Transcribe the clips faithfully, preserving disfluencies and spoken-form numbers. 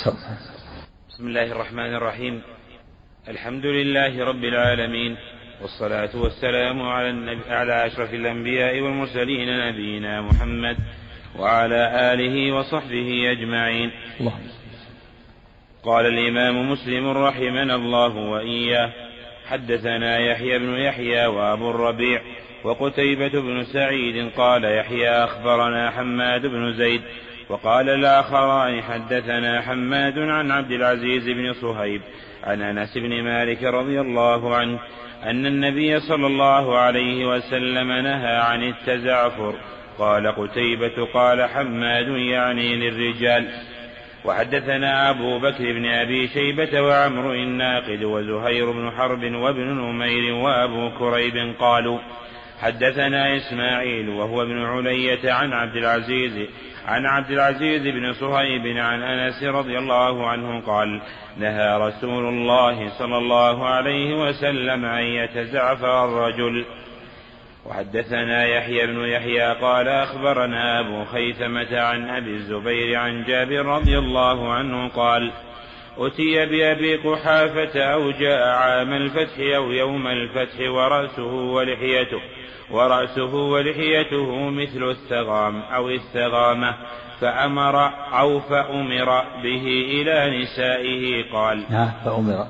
بسم الله الرحمن الرحيم. الحمد لله رب العالمين، والصلاة والسلام على, النبي على أشرف الأنبياء والمرسلين نبينا محمد وعلى آله وصحبه أجمعين. الله. قال الإمام مسلم رحمنا الله وإياه: حدثنا يحيى بن يحيى وأبو الربيع وقتيبة بن سعيد قال يحيى أخبرنا حماد بن زيد، وقال الآخران حدثنا حماد عن عبد العزيز بن صهيب عن أنس بن مالك رضي الله عنه أن النبي صلى الله عليه وسلم نهى عن التزعفر. قال قتيبة قال حماد يعني للرجال. وحدثنا أبو بكر بن أبي شيبة وعمر الناقد وزهير بن حرب وابن نمير وأبو كريب قالوا حدثنا إسماعيل وهو ابن علية عن عبد العزيز عن عبد العزيز بن صهيب عن أنس رضي الله عنه قال نهى رسول الله صلى الله عليه وسلم أن يتزعفر الرجل. وحدثنا يحيى بن يحيى قال أخبرنا أبو خيثمة عن أبي الزبير عن جابر رضي الله عنه قال أتي بأبي قحافة أو جاء عام الفتح أو يوم الفتح ورأسه ولحيته ورأسه ولحيته مثل الثغام أو الثغامة فأمر أو فأمر به إلى نسائه قال فأمر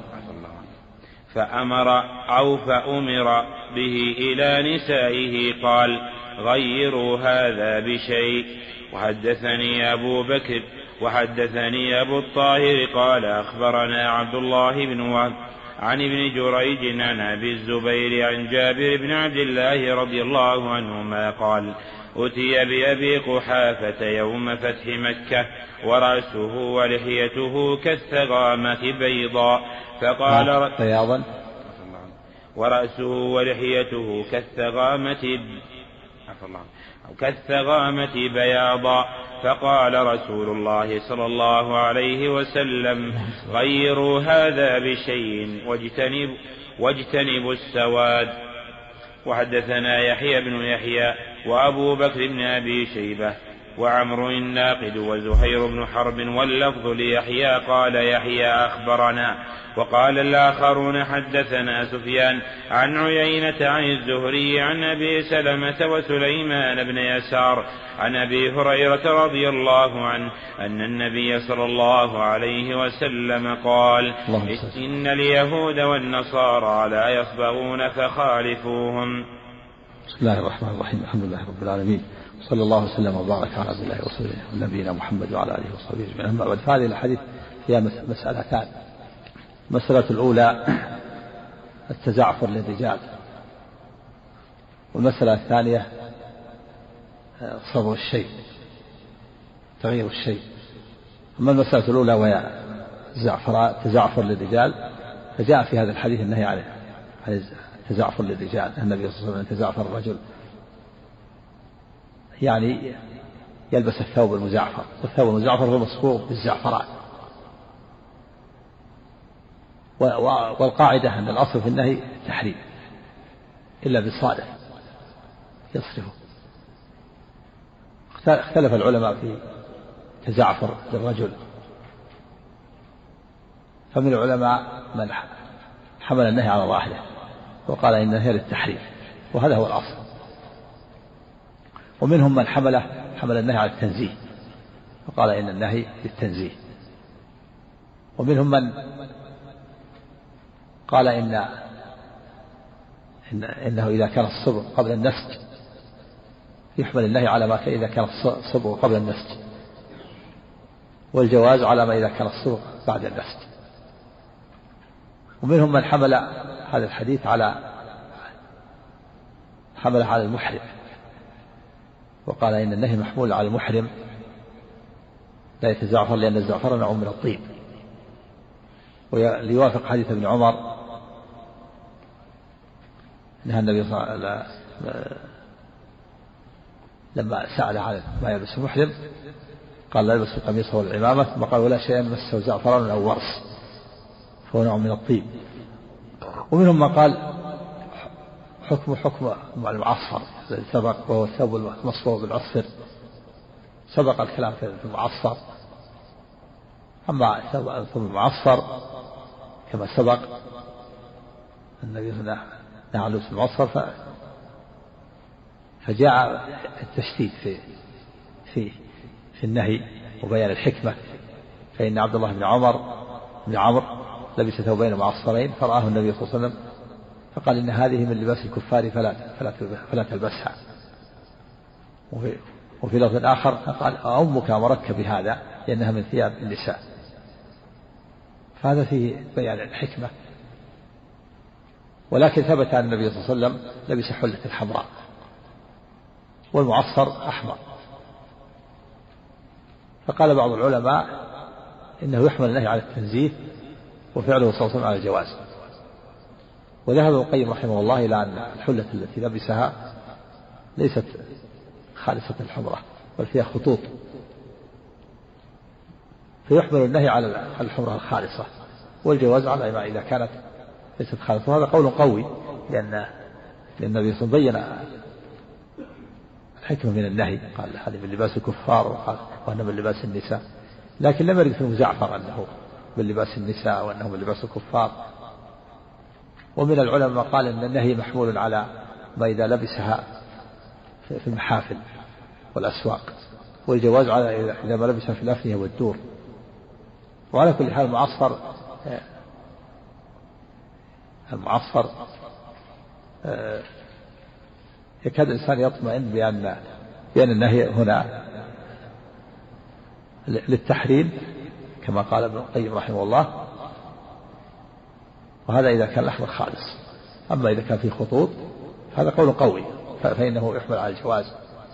فأمر أو فأمر به إلى نسائه قال غيروا هذا بشيء. وحدثني أبو بكر وحدثني أبو الطاهر قال أخبرنا عبد الله بن وهب عن ابن جريج عن أبي الزبير عن جابر بن عبد الله رضي الله عنهما قال أتي بأبي قحافة يوم فتح مكة ورأسه ولحيته كالثغامة بيضاء فقال بياضا ورأسه ولحيته كالثغامة أو كالثغامة بياضا فقال رسول الله صلى الله عليه وسلم غيروا هذا بشيء واجتنبوا واجتنبوا السواد. وحدثنا يحيى بن يحيى وأبو بكر بن أبي شيبة وعمر الناقد وزهير بن حرب واللفظ ليحيى قال يحيى أخبرنا. وقال الآخرون حدثنا سفيان عن عيينة عن الزهري عن أبي سلمة وسليمان بن يسار عن أبي هريرة رضي الله عنه أن النبي صلى الله عليه وسلم قال إن اليهود والنصارى لا يصبغون فخالفوهم. بسم الله الرحمن الرحيم. الحمد لله رب العالمين، صلى الله وسلم وبارك على عبد الله ورسوله نبينا محمد وعلى آله وصحبه أجمعين. أما بعد، فهذه الحديث فيها مسألتان. المسألة الأولى التزعفر للرجال، والمسألة الثانية صبغ الشيء تغيير الشيء. أما المسألة الأولى وهي التزعفر للرجال فجاء في هذا الحديث النهي عن التزعفر للرجال. النبي صلى الله عليه وسلم تزعفر الرجل يعني يلبس الثوب المزعفر، والثوب المزعفر هو مصبوغ بالزعفران. والقاعدة أن الأصل في النهي التحريم إلا بالصادف يصرفه. اختلف العلماء في تزعفر للرجل، فمن العلماء من حمل النهي على ظاهره وقال إن النهي للتحريم، وهذا هو الأصل. ومنهم من حمله حمل النهي على التنزيه وقال إن النهي للتنزيه. ومنهم من قال إن, إن إنه إذا كان الصبغ قبل النسج يحمل النهي على ما إذا كان الصبغ قبل النسج، والجواز على ما إذا كان الصبغ بعد النسج. ومنهم من حمل هذا الحديث على حمله على المحرم وقال إن النهي محمول على المحرم لا يتزعفر لأن الزعفر نوع من الطيب، وليوافق حديث ابن عمر نهى النبي صلى الله عليه وسلم لما سأل عن ما يلبس المحرم قال لا يلبس القميص والعمامة، ثم قال ولا شيء مسه زعفران أو ورس فهو نوع من الطيب. ومنهم ما قال حكم حكم المعصفر الذي سبق وهو الثوب المصبوغ بالعصفر، سبق الكلام في المعصفر أما الثوب المعصفر كما سبق النبي صلى الله عليه وسلم نهى عن لبس المعصفر، فجاء التشديد في في في النهي وبيان الحكمة. فإن عبد الله بن عمر بن عمرو لبس ثوبين معصفرين فرآه النبي صلى الله عليه وسلم فقال إن هذه من لباس الكفار فلا فلا فلا تلبسها. وفي, وفي لفظ آخر قال أمك أمرتك بهذا لأنها من ثياب النساء. فهذا فيه بيان الحكمة. ولكن ثبت أن النبي صلى الله عليه وسلم لبس حلة حمراء والمعصفر أحمر. فقال بعض العلماء إنه يحمل النهي على التنزيه وفعله صلى الله عليه وسلم على الجواز. وذهب ابن القيم رحمه الله إلى أن الحلة التي لبسها ليست خالصة الحمرة بل فيها خطوط، فيحمل النهي على الحمرة الخالصة والجواز على ما إذا كانت ليست خالصة. وهذا قول قوي لأن لأن النبي صلى الله عليه وسلم بين الحكمة من النهي، قال هذه من لباس الكفار وقال وأنه من لباس النساء، لكن لم يرد في المزعفر أنه من لباس النساء وأنه من لباس الكفار. ومن العلماء قال أن النهي محمول على ما إذا لبسها في المحافل والأسواق، والجواز على إذا ما لبسها في الأفنية والدور. وعلى كل حال المعصفر المعصفر يكاد الإنسان يطمئن بأن بأن النهي هنا للتحريم كما قال ابن القيم رحمه الله، وهذا إذا كان الأحمر خالص. أما إذا كان فيه خطوط هذا قول قوي فإنه يحمل على الجواز.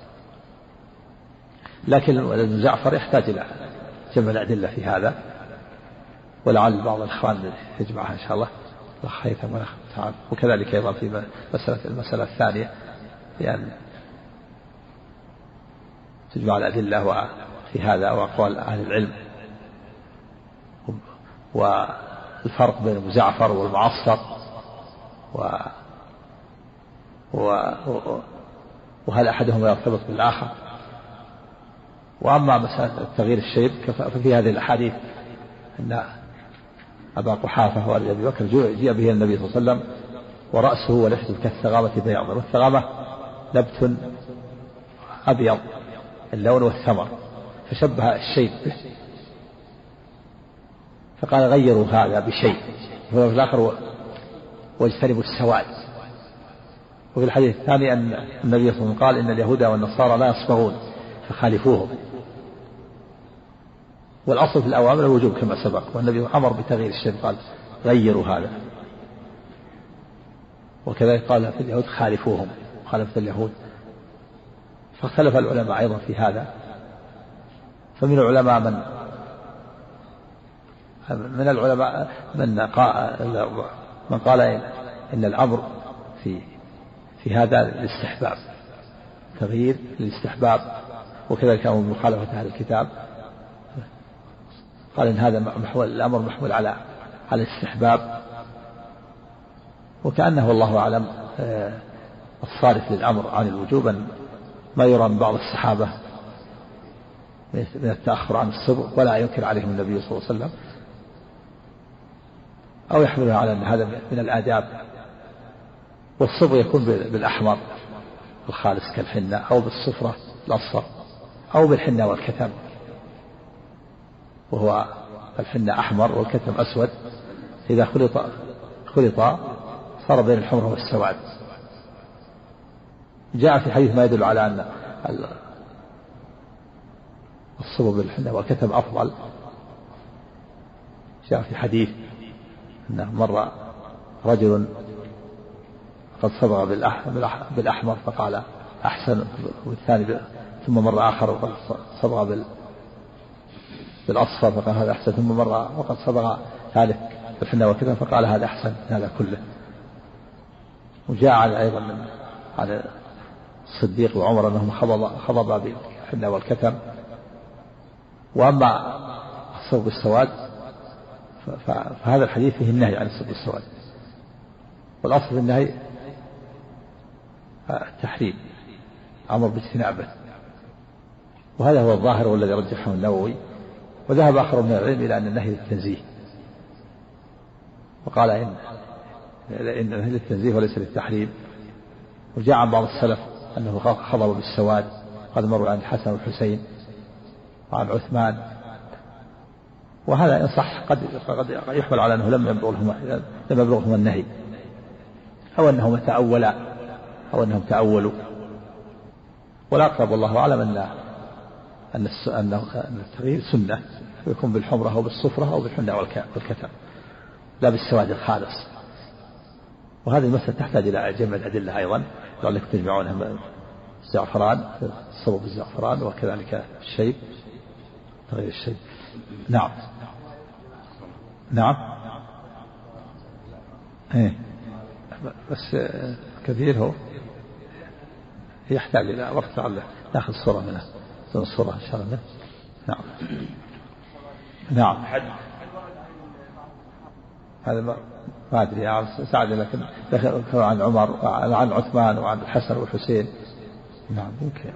لكن المزعفر يحتاج إلى جمع الأدلة في هذا، ولعل بعض الإخوان يجمعها إن شاء الله خيث تعالى. وكذلك أيضا في مسألة المسألة الثانية لأن تجمع الأدلة وفي هذا وأقوال أهل العلم والفرق بين المزعفر والمعصفر و وهل أحدهما يرتبط بالآخر. وأما مسألة تغيير الشيب ففي هذه الأحاديث أن أبا قحافة والد أبي بكر جاء به النبي صلى الله عليه وسلم ورأسه ولحيته كالثغامة بياض، والثغامة نبت أبيض اللون والثمر، فشبه الشيب به فقال غيروا هذا بشيء. وفي الآخر واجتنبوا السواد. وفي الحديث الثاني أن النبي صلى الله عليه وسلم قال إن اليهود والنصارى لا يصبغون فخالفوهم. والأصل في الأوامر الوجوب كما سبق، والنبي أمر بتغيير الشيء قال غيروا هذا. وكذلك قال في اليهود خالفوهم خالفت اليهود. فاختلف العلماء أيضا في هذا. فمن العلماء من من العلماء من قال من قال إن الأمر في في هذا الاستحباب، تغيير الاستحباب. وكذلك أمر مخالفة أهل الكتاب قال إن هذا محمول الأمر محمول على على الاستحباب. وكأنه والله أعلم الصارف للأمر عن الوجوب ما يرى من بعض الصحابة من التأخر عن الصبغ ولا ينكر عليهم النبي صلى الله عليه وسلم، أو يحملها على أن هذا من الآداب. والصبغ يكون بالأحمر الخالص كالحنة، أو بالصفرة الأصفر، أو بالحنة والكتم، وهو الحنة أحمر والكتم أسود، إذا خلط خلط صار بين الحمر والسواد. جاء في حديث ما يدل على أن الصبغ بالحنة والكتم أفضل. جاء في حديث أنه مر رجل قد صبغ بالأحمر فقال أحسن، والثاني ثم مر آخر وقد صبغ بالأصفر فقال هذا أحسن، ثم مر وقد صبغ ثالث بالحنة والكتم فقال هذا أحسن هذا كله. وجاء أيضا من على الصديق وعمر أنهم خضبا بالحنة والكتم. وأما الصبغ بالسواد فهذا الحديث فيه النهي عن الصبغ بالسواد، والأصل في النهي التحريم أمر باجتنابه. وهذا هو الظاهر والذي رجحه النووي وذهب آخر من العلم إلى أن النهي للتنزيه، وقال إن إن النهي للتنزيه وليس للتحريم. وجاء عن بعض السلف أنه خضب بالسواد، قد مروا عن الحسن والحسين وعن عثمان، وهذا إن صح قد قد يحمل على أنه لم يبلغهم لم يبلغهم النهي، أو أنهم تأولا أو أنهم تأولوا. والأقرب والله أعلم أن أن أن التغيير سنة، يكون بالحمرة أو بالصفرة أو بالحنة والكتم، لا بالسواد الخالص. وهذه المسألة تحتاج إلى جمع الأدلة أيضا، لعلكم تجمعونها: الزعفران، الصبغ بالزعفران، وكذلك الشيب، تغيير الشيب. نعم نعم إيه. بس كثير هو يحتاج إلى وقت، لعله ناخذ صورة منه من الصورة إن شاء الله. نعم نعم هذا ما ما أدري يا سعد، لكن ذكر عن عمر وعن عثمان وعن الحسن والحسين. نعم يمكن.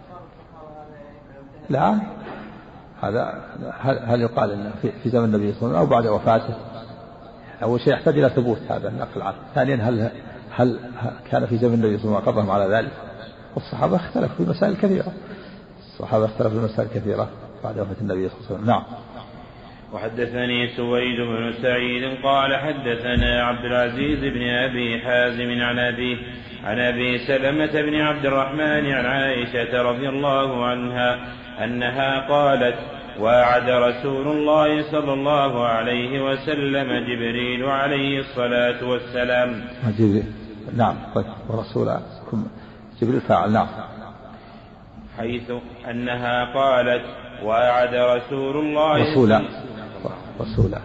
لا هذا هل يقال إن في زمن النبي صلى الله عليه وسلم أو بعد وفاته؟ أول شيء يحتاج إلى ثبوت هذا النقل عنه. ثانيا هل هل كان في زمن النبي صلى الله عليه وسلم قدرهم على ذلك؟ والصحابة اختلفوا في مسائل كثيرة الصحابة اختلفوا في مسائل كثيرة بعد وفاة النبي صلى الله عليه وسلم. نعم. وحدثني سويد بن سعيد قال حدثنا عبد العزيز بن أبي حازم عن أبيه عن أبي سلمة بن عبد الرحمن عن عائشة رضي الله عنها أنها قالت: وعد رسول الله صلى الله عليه وسلم جبريل عليه الصلاة والسلام. نعم. ورسول جبريل فاعل. نعم. حيث أنها قالت: وعد رسول الله رسولا رسولا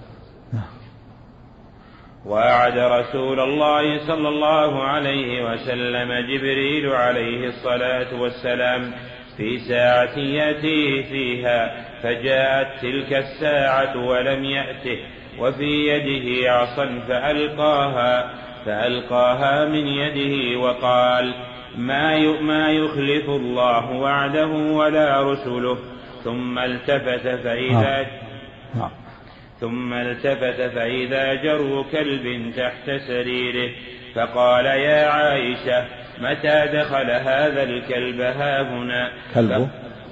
وعد رسول الله صلى الله عليه وسلم جبريل عليه الصلاة والسلام في ساعة يأتيه فيها، فجاءت تلك الساعة ولم يأته، وفي يده عصا فألقاها فألقاها من يده وقال: ما ما يخلف الله وعده ولا رسله. ثم التفت فإذا ثم التفت فإذا جرو كلب تحت سريره، فقال: يا عائشة متى دخل هذا الكلب هاهنا؟ كلب.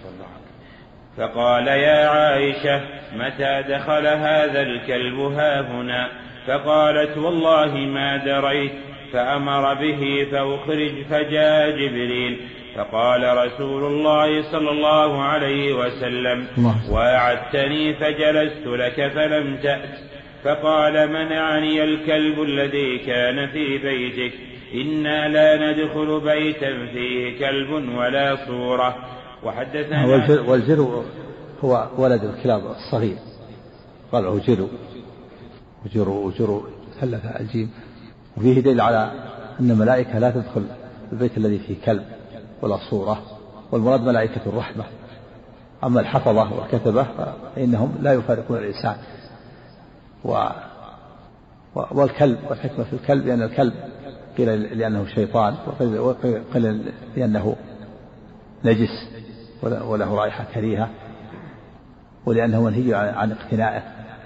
فقال: يا عائشة متى دخل هذا الكلب هاهنا؟ فقالت: والله ما دريت. فأمر به فأخرج، فجاء جبريل فقال رسول الله صلى الله عليه وسلم: وعدتني فجلست لك فلم تأت. فقال: منعني الكلب الذي كان في بيتك، إنا لا ندخل بيتا فيه كلب ولا صورة. وحدثنا. والجرو هو ولد الكلاب الصغير، قالوا جرو وجرو وجرو ثلاثة أجيب. وفيه دليل على أن الملائكة لا تدخل البيت الذي فيه كلب ولا صورة، والمراد ملائكة الرحمة. أما الحفظة والكتبة فإنهم لا يفارقون الإنسان. و... والكلب، والحكمة في الكلب لأن الكلب قيل لأنه شيطان، وقيل لأنه نجس وله رائحة كريهة، ولأنه منهي عن اقتنائه.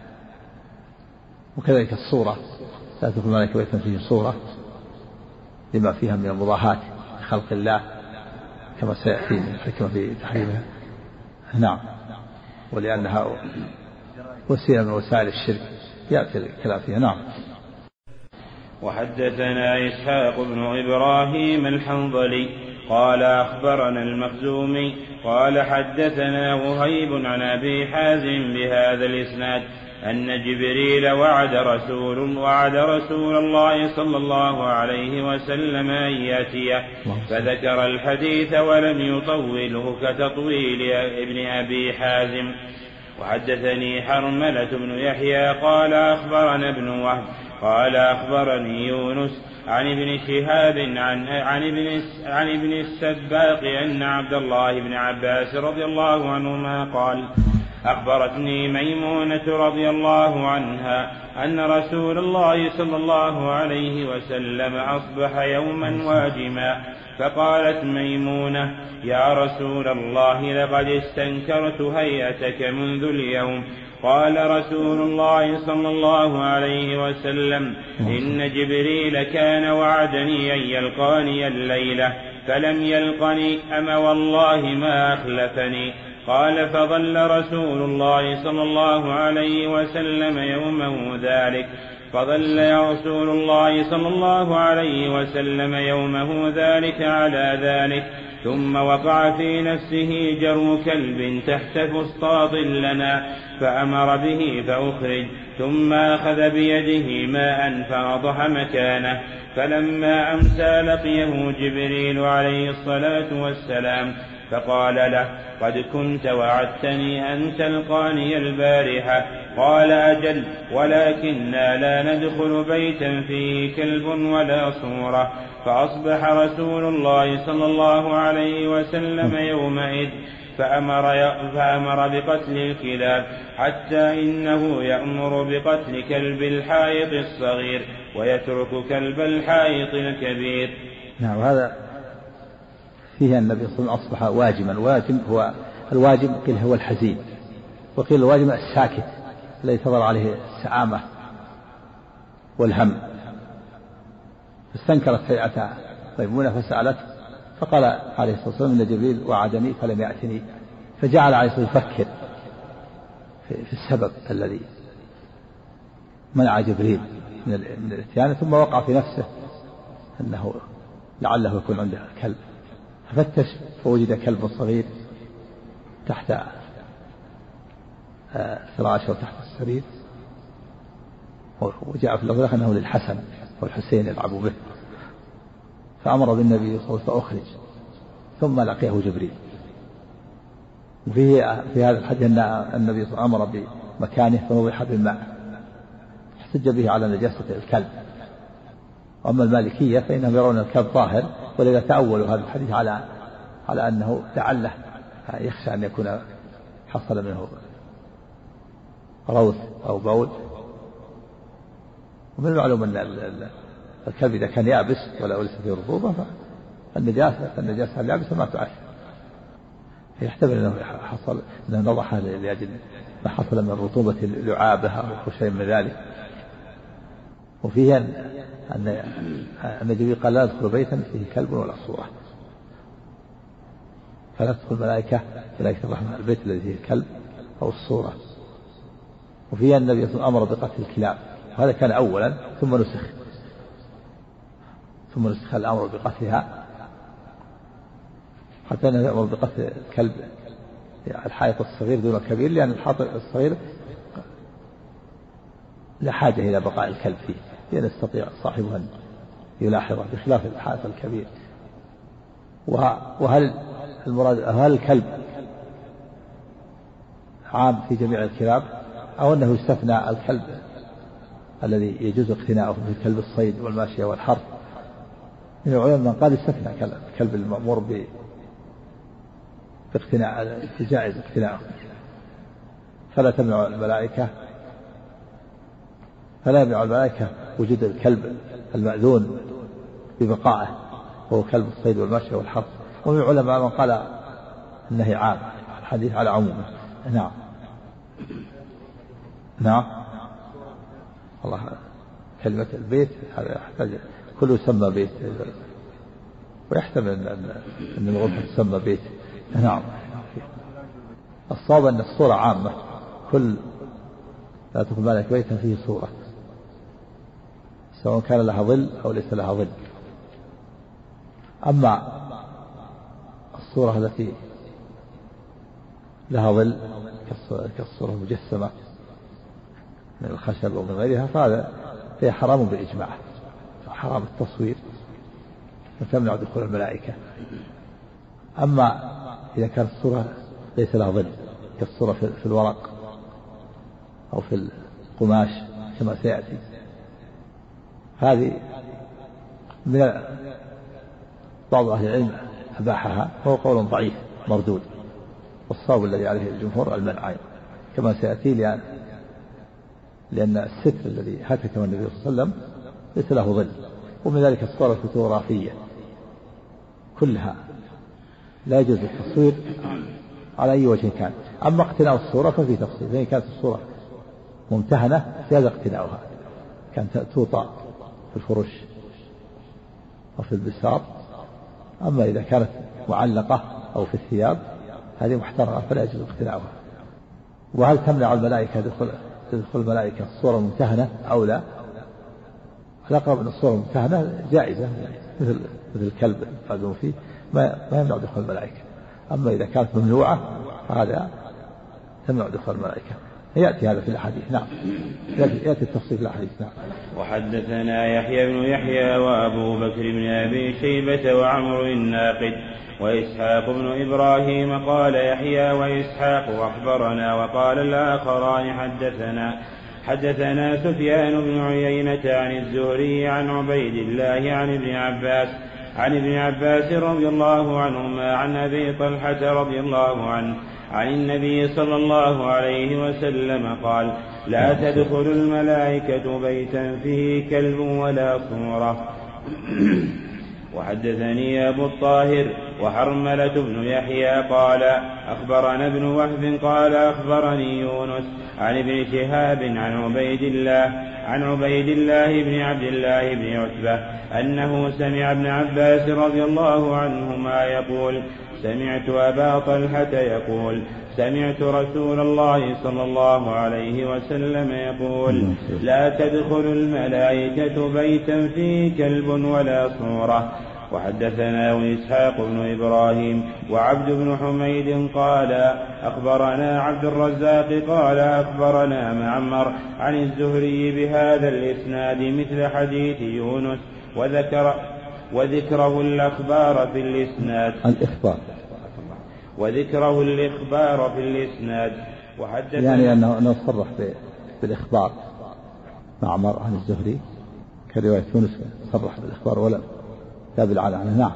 وكذلك الصورة، لا تدخل الملائكة بيتا فيه صورة لما فيها من المضاهاة لخلق الله، كما سيأتي من الحكمة في تحريمها. نعم. ولأنها وسيلة من وسائل الشرك يأتي الكلام فيها. نعم. وحدثنا إسحاق بن إبراهيم الحنظلي قال أخبرنا المخزومي قال حدثنا وهيب عن أبي حازم بهذا الإسناد أن جبريل وعد رسول وعد رسول الله صلى الله عليه وسلم أن يأتيه، فذكر الحديث ولم يطوله كتطويل ابن أبي حازم. وحدثني حرملة بن يحيى قال أخبرنا ابن وهب قال أخبرني يونس عن ابن شهاب عن عن ابن عن ابن السباق أن عبد الله بن عباس رضي الله عنهما قال أخبرتني ميمونة رضي الله عنها أن رسول الله صلى الله عليه وسلم أصبح يوما واجما، فقالت ميمونة: يا رسول الله لقد استنكرت هيئتك منذ اليوم. قال رسول الله صلى الله عليه وسلم: إن جبريل كان وعدني أن يلقاني الليلة فلم يلقني، أما والله ما أخلفني. قال: فظل رسول الله صلى الله عليه وسلم يومه ذلك فظل رسول الله صلى الله عليه وسلم يومه ذلك على ذلك، ثم وقع في نفسه جرو كلب تحت فسطاط لنا فأمر به فأخرج، ثم أخذ بيده ماء فنضح مكانه. فلما أمسى لقيه جبريل عليه الصلاة والسلام فقال له: قد كنت وعدتني أن تلقاني البارحة. قال: أجل، ولكننا لا ندخل بيتا فيه كلب ولا صورة. فأصبح رسول الله صلى الله عليه وسلم يومئذ فأمر, فأمر بقتل الكلاب، حتى إنه يأمر بقتل كلب الحائط الصغير ويترك كلب الحائط الكبير. نعم، هذا فيه النبي صلى الله عليه وسلم أصبح واجما. الواجم هو الواجم قيل هو الحزين، وقيل الواجم الساكت الذي تظهر عليه السعامة والهم. فاستنكرت هيئة ميمونة فسألته، فقال عليه الصلاة والسلام: إن جبريل وعدني فلم يأتني. فجعل عليه الصلاة والسلام يفكر في السبب الذي منع جبريل من الاتيان، ثم وقع في نفسه أنه لعله يكون عنده كلب، ففتش فوجد كلب صغير تحت فراشه وتحت السرير، وجاء في اللفظ أنه للحسن والحسين يلعبوا به، فأمر بالنبي صلى الله عليه وسلم فأخرج، ثم لقيه جبريل. وفيه في هذا الحديث أن النبي صلى الله عليه وسلم أمر بمكانه فنضح بالماء، احتج به على نجاسة الكلب. وأما المالكية فإنهم يرون الكلب طاهر، ولذا تأولوا هذا الحديث على على أنه لعله يخشى أن يكون حصل منه روث أو بول. ومن المعلوم أن الكلب إذا كان يابس ولا ليس فيه رطوبة فالنجاسة النجاسة اليابسة ما تؤثر، يحتمل أنه حصل أنه نضحها لأجل ما حصل من رطوبة لعابها أو شيء من ذلك. وفيه أن أن أن جبريل قال: لا يدخل بيتا فيه كلب ولا صورة، فلا تدخل الملائكة ملائكة الرحمن البيت الذي فيه الكلب أو الصورة. وفيه أن النبي صلى الله عليه وسلم أمر بقتل الكلاب، وهذا كان أولا ثم نسخ ثم نسخ الأمر بقتلها، حتى أنه يأمر بقتل الكلب الحائط الصغير دون الكبير، لأن الحائط الصغير لا حاجة إلى بقاء الكلب فيه، لأن يستطيع صاحبه أن يلاحظه، بخلاف الحائط الكبير. وهل المراد هل الكلب عام في جميع الكلاب، أو أنه يستثنى الكلب الذي يجوز اقتناؤه مثل كلب الصيد والماشية والحرث؟ من العلماء من قال يستثنى الكلب المأمور باقتناء جائز اقتناؤه، فلا تمنع الملائكة فلا يمنع الملائكة وجود الكلب المأذون ببقائه، وهو كلب الصيد والماشية والحرث. ومن العلماء من قال النهي عام، الحديث على عمومه. نعم نعم الله، كلمة البيت هذا يحتاج كله يسمى بيت، ويحتمل أن الغرفة تسمى بيت. نعم، الصواب أن الصورة عامة، كل لا تدخل مالك بيتا فيه صورة، سواء كان لها ظل أو ليس لها ظل. أما الصورة التي لها ظل كالصورة المجسمة من الخشب أو من غيرها فهذا هي حرام بالإجماع، حرام التصوير، وتمنع دخول الملائكة. أما إذا كانت الصورة ليس لها ظل كالصورة في الورق أو في القماش كما سيأتي، هذه من بعض أهل العلم أباحها، وهو قول ضعيف مردود، والصواب الذي عليه الجمهور المنع. كما سيأتي، لأن لأن الستر الذي هتكه النبي صلى الله عليه وسلم ليس له ظل. ومن ذلك الصور الفوتوغرافية كلها لا يجوز التصوير على أي وجه كان. أما اقتناء الصورة ففي تفصيل، فإن كانت الصورة ممتهنة جاز اقتناؤها، كانت توطأ في الفرش أو في البساط. أما إذا كانت معلقة أو في الثياب هذه محترمة فلا يجوز اقتناؤها. وهل تمنع الملائكة تدخل تدخل الملائكة الصورة الممتهنة أو لا؟ الأقرب أن الصورة الممتهنة جائزة، مثل مثل الكلب يقعدون فيه ما ما يمنع دخول الملائكة. أما إذا كانت ممنوعة هذا تمنع دخول الملائكة. يأتي هذا في الأحاديث. نعم، يأتي التفصيل في الأحاديث. نعم. وحدثنا يحيى بن يحيى وأبو بكر بن أبي شيبة وعمرو الناقد وإسحاق بن إبراهيم. قال يحيى وإسحاق أخبرنا، وقال الآخران حدثنا حدثنا سفيان بن عيينة عن الزهري عن عبيد الله عن ابن عباس عن ابن عباس رضي الله عنهما عن أبي طلحة رضي الله عنه عن النبي صلى الله عليه وسلم قال: لا تدخل الملائكة بيتا فيه كلب ولا صورة. وحدثني أبو الطاهر وحرملة بن يحيى قال أخبرنا ابن وهب قال أخبرني يونس عن ابن شهاب عن عبيد الله عن عبيد الله بن عبد الله بن عتبة أنه سمع ابن عباس رضي الله عنهما يقول: سمعت أبا طلحة يقول: سمعت رسول الله صلى الله عليه وسلم يقول: لا تدخل الملائكة بيتا فيه كلب ولا صورة. وحدثنا إسحاق بن إبراهيم وعبد بن حميد قال أخبرنا عبد الرزاق قال أخبرنا معمر عن الزهري بهذا الإسناد مثل حديث يونس وذكر وذكره الأخبار في الإسناد الإخبار وذكره الإخبار في الإسناد. وحدثنا يعني أنه صرح بالإخبار معمر عن الزهري كرواية يونس صرح بالإخبار ولا لا بالعلانة. نعم.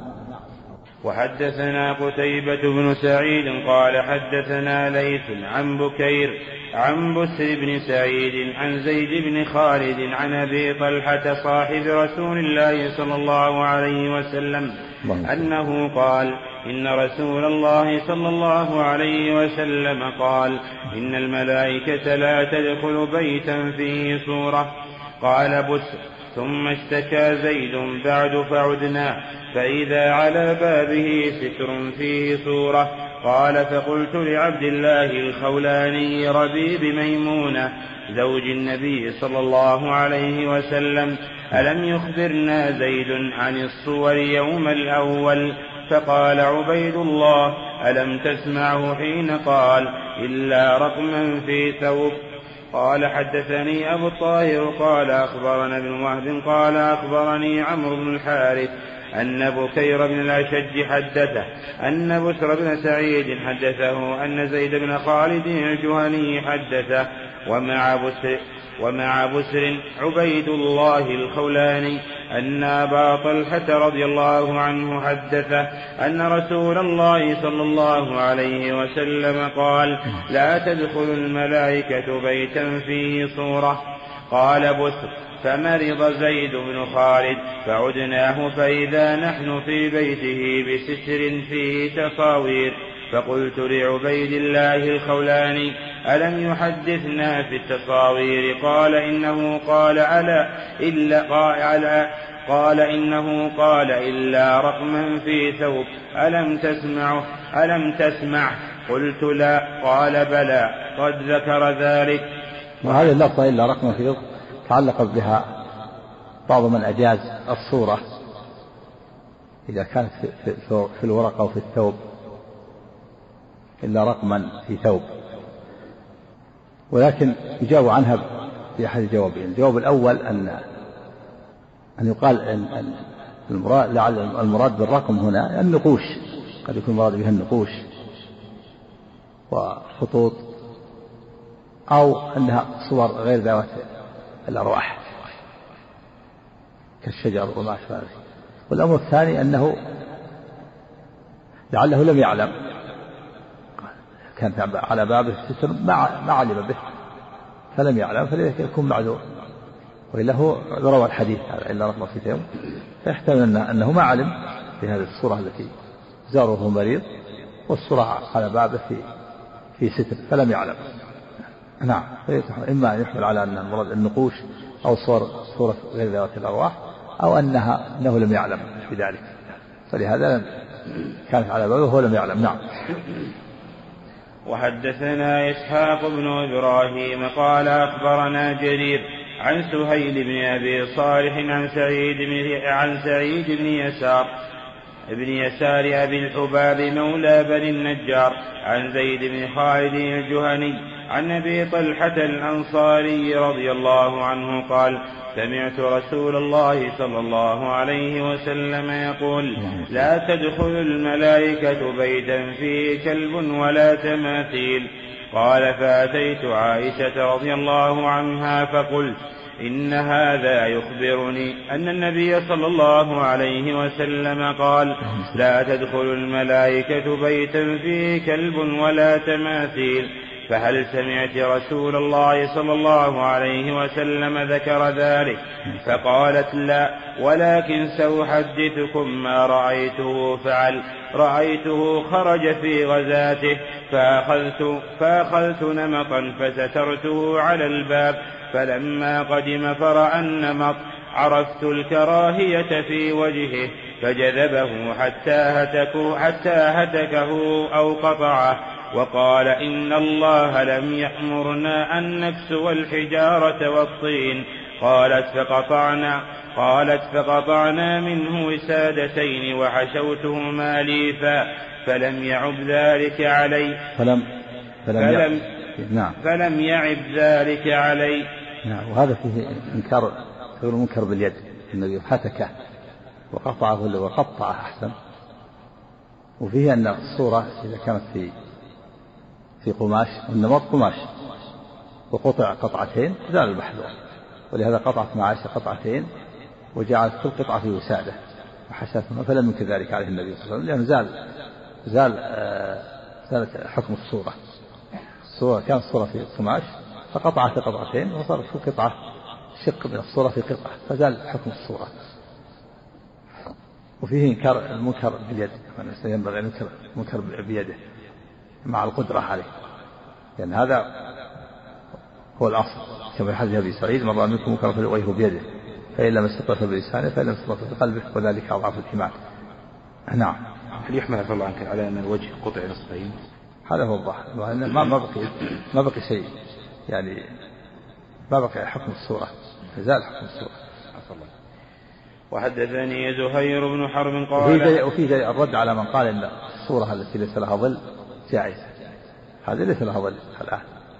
وحدثنا قتيبة بن سعيد قال حدثنا ليث عن بكير عن بسر بن سعيد عن زيد بن خالد عن أبي طلحة صاحب رسول الله صلى الله عليه وسلم أنه قال: إن رسول الله صلى الله عليه وسلم قال: إن الملائكة لا تدخل بيتا فيه صورة. قال بسر: ثم اشتكى زيد بعد فعدنا فإذا على بابه ستر فيه صورة. قال: فقلت لعبد الله الخولاني ربيب ميمونة زوج النبي صلى الله عليه وسلم: ألم يخبرنا زيد عن الصور يوم الأول؟ فقال عبيد الله: ألم تسمعه حين قال: إلا رقما في ثوب. قال: حدثني أبو الطاهر قال أخبرنا ابن وهب قال أخبرني عمرو بن الحارث أن بكير بن الأشج حدثه أن بسر بن سعيد حدثه أن زيد بن خالد الجهني حدثه ومع بسر ومع بسر عبيد الله الخولاني أن أبا طلحة رضي الله عنه حدثه أن رسول الله صلى الله عليه وسلم قال: لا تدخل الملائكة بيتا فيه صورة. قال بسر: فمرض زيد بن خالد فعدناه فإذا نحن في بيته بستر فيه تصاوير. فقلت لعبيد الله الخولاني: ألم يحدثنا في التصاوير؟ قال: إنه قال ألا إلا قال, قال إنه قال إلا رقما في ثوب. ألم تسمعه ألم تسمع؟ قلت: لا. قال: بلى قد ذكر ذلك. وهذه اللفظة إلا رقما في ثوب تعلق بها بعض من أجاز الصورة إذا كانت في, في الورقة أو في الثوب إلا رقما في ثوب، ولكن يجاب عنها في أحد الجوابين. الجواب الأول أن أن يقال أن المراد لعل المراد بالرقم هنا النقوش، قد يكون المراد بها النقوش وخطوط، أو أنها صور غير ذوات الأرواح كالشجر وما أشبه ذلك. والأمر الثاني أنه لعله لم يعلم كانت على بابه ستر ما ما علم به فلم يعلم فلذلك يكون معذور، وإلا هو روى الحديث إلا رغم في تيمم، فيحتمل أنه ما علم في هذه الصورة التي زاره مريض والصورة على بابه في في ستر فلم يعلم. نعم، إما أن يحمل على أن المراد النقوش أو صور صورة غير ذوات الأرواح، أو أنها أنه لم يعلم بذلك فلهذا كانت على بابه وهو لم يعلم. نعم. وحدثنا إسحاق بن إبراهيم قال أخبرنا جرير عن سهيل بن أبي صالح عن سعيد بن عن سعيد بن يسار ابن يسار أبي الحباب مولى بني النجار عن زيد بن خالد الجهني عن أبي طلحة الأنصاري رضي الله عنه قال سمعت رسول الله صلى الله عليه وسلم يقول لا تدخل الملائكة بيتا فيه كلب ولا تماثيل. قال فأتيت عائشة رضي الله عنها فقلت إن هذا يخبرني أن النبي صلى الله عليه وسلم قال لا تدخل الملائكة بيتا فيه كلب ولا تماثيل، فهل سمعت رسول الله صلى الله عليه وسلم ذكر ذلك؟ فقالت لا، ولكن سأحدثكم ما رأيته فعل. رأيته خرج في غزاته فأخذت, فأخذت نمطا فسترته على الباب، فلما قدم فرأى النمط عرفت الكراهية في وجهه فجذبه حتى هتكه, حتى هتكه أو قطعه، وقال إن الله لم يأمرنا أن نكسو الحجارة والطين. قالت فقطعنا قالت فقطعنا منه وسادتين وحشوتهما ليفا فلم يعب ذلك علي فلم فلم, فلم, نعم. فلم يعب ذلك علي. نعم. وهذا فيه إنكار غير منكر باليد، النبي حتكه وقطعه وقطعه أحسن. وفيه أن الصورة إذا كانت في في قماش النمط قماش وقطع قطعتين زال المحذور، ولهذا قطعت مع عائشة قطعتين وجعلت كل قطعة في وسادة وحشتهما فلم ينكر ذلك عليه النبي صلى الله عليه وسلم، لأنه زال زال آه زالت حكم الصورة. الصورة كانت الصورة في قماش فقطعت قطعتين وصارت كل قطعة شق من الصورة في قطعة فزال حكم الصورة. وفيه إنكار المنكر باليد، يعني ينبغي أن ينكر المنكر بيده مع القدرة عليه، لأن يعني هذا هو الأصل، كما في حديث أبي سعيد من رأى منكم منكرا فليغيره بيده فإن لم يستطع فبلسانه فإن لم يستطع بقلبه وذلك أضعف الإيمان. نعم. هل يحمل عفى الله عنك على أن الوجه قطع نصفين؟ هذا هو الظاهر، ما ما بقي ما بقي شيء، يعني ما بقي حكم الصورة، زال حكم الصورة. وحدثني زهير بن حرب قال وفي وفي الرد على من قال ان الصورة التي ليس لها ظل جائزة، هذه ليس لها ظل الآن،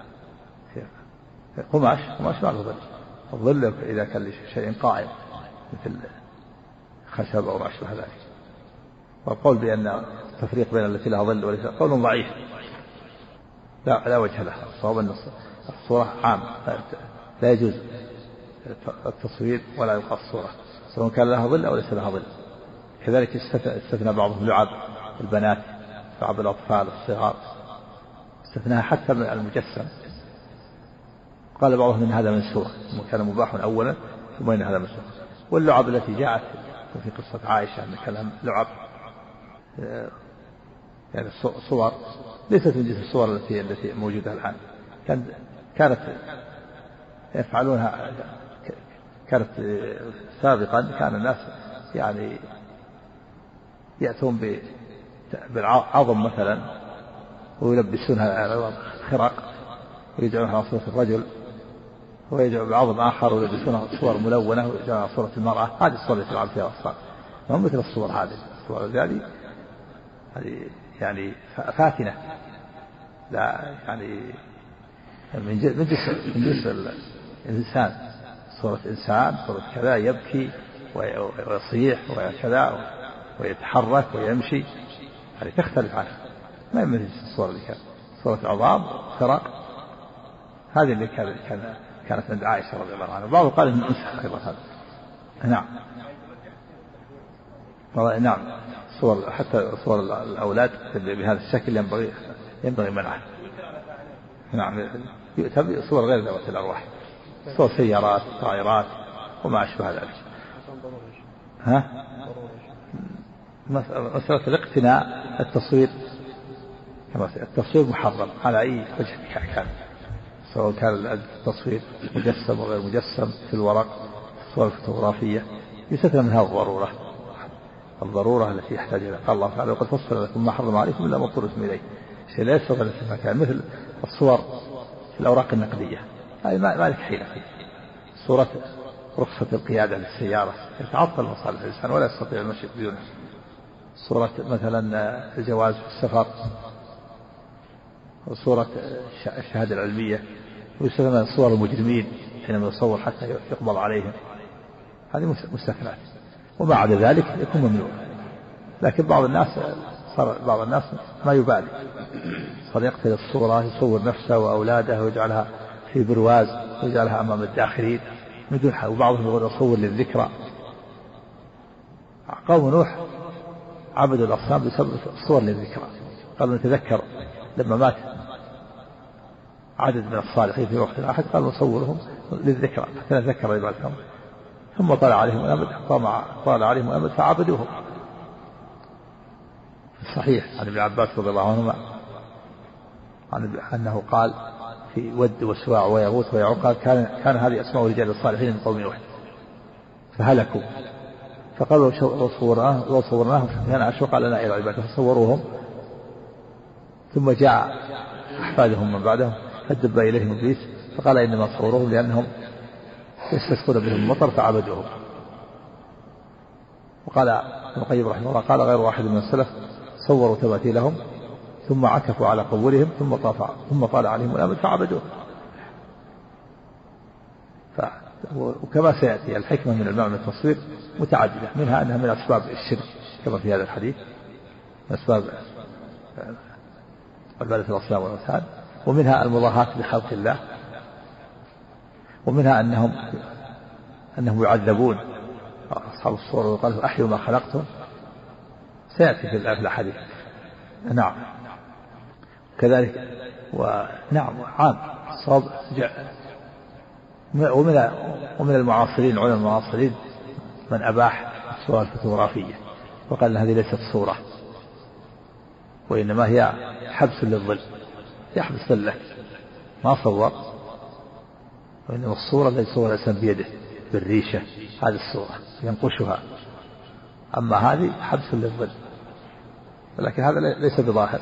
قماش قماش ما له ظل، الظل إذا كان شيء قائم مثل خشب أو ما أشبه ذلك. والقول بأن التفريق بين التي لها ظل وليس قول ضعيف لا لا وجه له. الصواب أن الصورة عام لا يجوز التصوير ولا يلقى الصورة سواء كان لها ظل أو ليس لها ظل. كذلك استثنى بعضهم لعب البنات بعض الأطفال الصغار استثناها حتى من المجسم، قال بعضهم إن هذا منسوخ كان مباح أولا ثم إن هذا منسوخ. واللعب التي جاءت في قصة عائشة أن كلام لعب يعني صور ليست من جنس الصور التي التي موجودة الآن، كانت كانت يفعلونها كانت سابقا. كان الناس يعني يأتون بالعظم مثلا ويلبسونها خرق ويجعلونها على صورة الرجل، ويجعلوا بعظم آخر ويلبسونها صور ملونة ويجعلونها على صورة المرأة. هذه الصور التي تلعب فيها الأطفال، ما مثل الصور هذه. الصور هذه هذه يعني فاتنة، لا يعني من جنس من جنس الإنسان، صورة إنسان صورة كذا يبكي ويصيح وكذا ويتحرك ويمشي، هذه تختلف عنها، ما مثل الصور اللي كانت صورة عظام خرق. هذه اللي كانت كانت عند عائشة رضي الله عنها. بعضهم قال إنه أنسخ أيضا هذا. نعم نعم، صور حتى صور الأولاد بهذا الشكل ينبغي ينبغي منعها. نعم يؤتى بصور غير ذوات الأرواح، صور سيارات طائرات وما أشبه ذلك. ها؟ مسألة الاقتناء التصوير التصوير محرم على أي وجه كان، سواء كان التصوير مجسم وغير مجسم في الورق الصور الفوتوغرافية يستثنى منها الضرورة الضرورة التي يحتاج إليها. قال الله تعالى وقد فصل لكم ما حرم عليكم إلا ما اضطررتم إليه، شيء لا يستطيع الاستثناء مثل الصور في الأوراق النقدية هذه ما لك حيلة فيه. صورة رخصة القيادة للسيارة يتعطل مصالح الإنسان ولا يستطيع المشي بدونها. صورة مثلا الجواز في السفر وصورة الشهادة العلمية ويستثنى صور المجرمين حينما يصور حتى يقبض عليهم، هذه مستثنات. وما عدا ذلك يكون ممنوع. لكن بعض الناس صار بعض الناس ما يبالي، صار يقتل الصورة يصور نفسه وأولاده ويجعلها في برواز ويجعلها أمام الداخلين بدون حل، وبعضهم يقول يصور للذكرى. قوم نوح عبدوا الأصنام بسبب الصور للذكرى، قالوا نتذكر لما مات عدد من الصالحين في وقت واحد قالوا نصورهم للذكرى حتى نتذكر عبادتهم، ثم طلع عليهم الأمد طال عليهم الأمد فعبدوهم. صحيح عن ابن عباس رضي الله عنهما عن أنه قال في ود وسواع ويغوث ويعوق كان كان هذه أسماء رجال الصالحين من قوم نوح فهلكوا، فقالوا لو صورناهم لو صورناهم كان أشوق لنا إلى عباده فصوروهم، ثم جاء أحفادهم من بعدهم فدب إليهم إبليس فقال إنما صوروهم لأنهم يستسقون بهم المطر فعبدوهم. وقال ابن القيم رحمه الله قال غير واحد من السلف صوروا تماثيلهم ثم عكفوا على قبورهم ثم طاف ثم طال عليهم الأمد فعبدوه. ف... وكما سيأتي الحكمة من المعنى التصوير متعددة، منها أنها من أسباب الشرك كما في هذا الحديث، أسباب عبادة الأصنام والأوثان، ومنها المضاهاة بخلق الله، ومنها أنهم أنهم يعذبون أصحاب الصور وقالوا أحيوا ما خلقتم، سيأتي في الأحاديث. نعم كذلك ونعم عام صاب ومن ومن المعاصرين علماء المعاصرين من أباح الصور الفوتوغرافية وقال هذه ليست صورة وإنما هي حبس للظل، يحبس ظله ما صور، وإنما الصورة التي صور الإنسان بيده بالريشة هذه الصورة ينقشها، أما هذه حبس للظل. لكن هذا ليس بظاهر.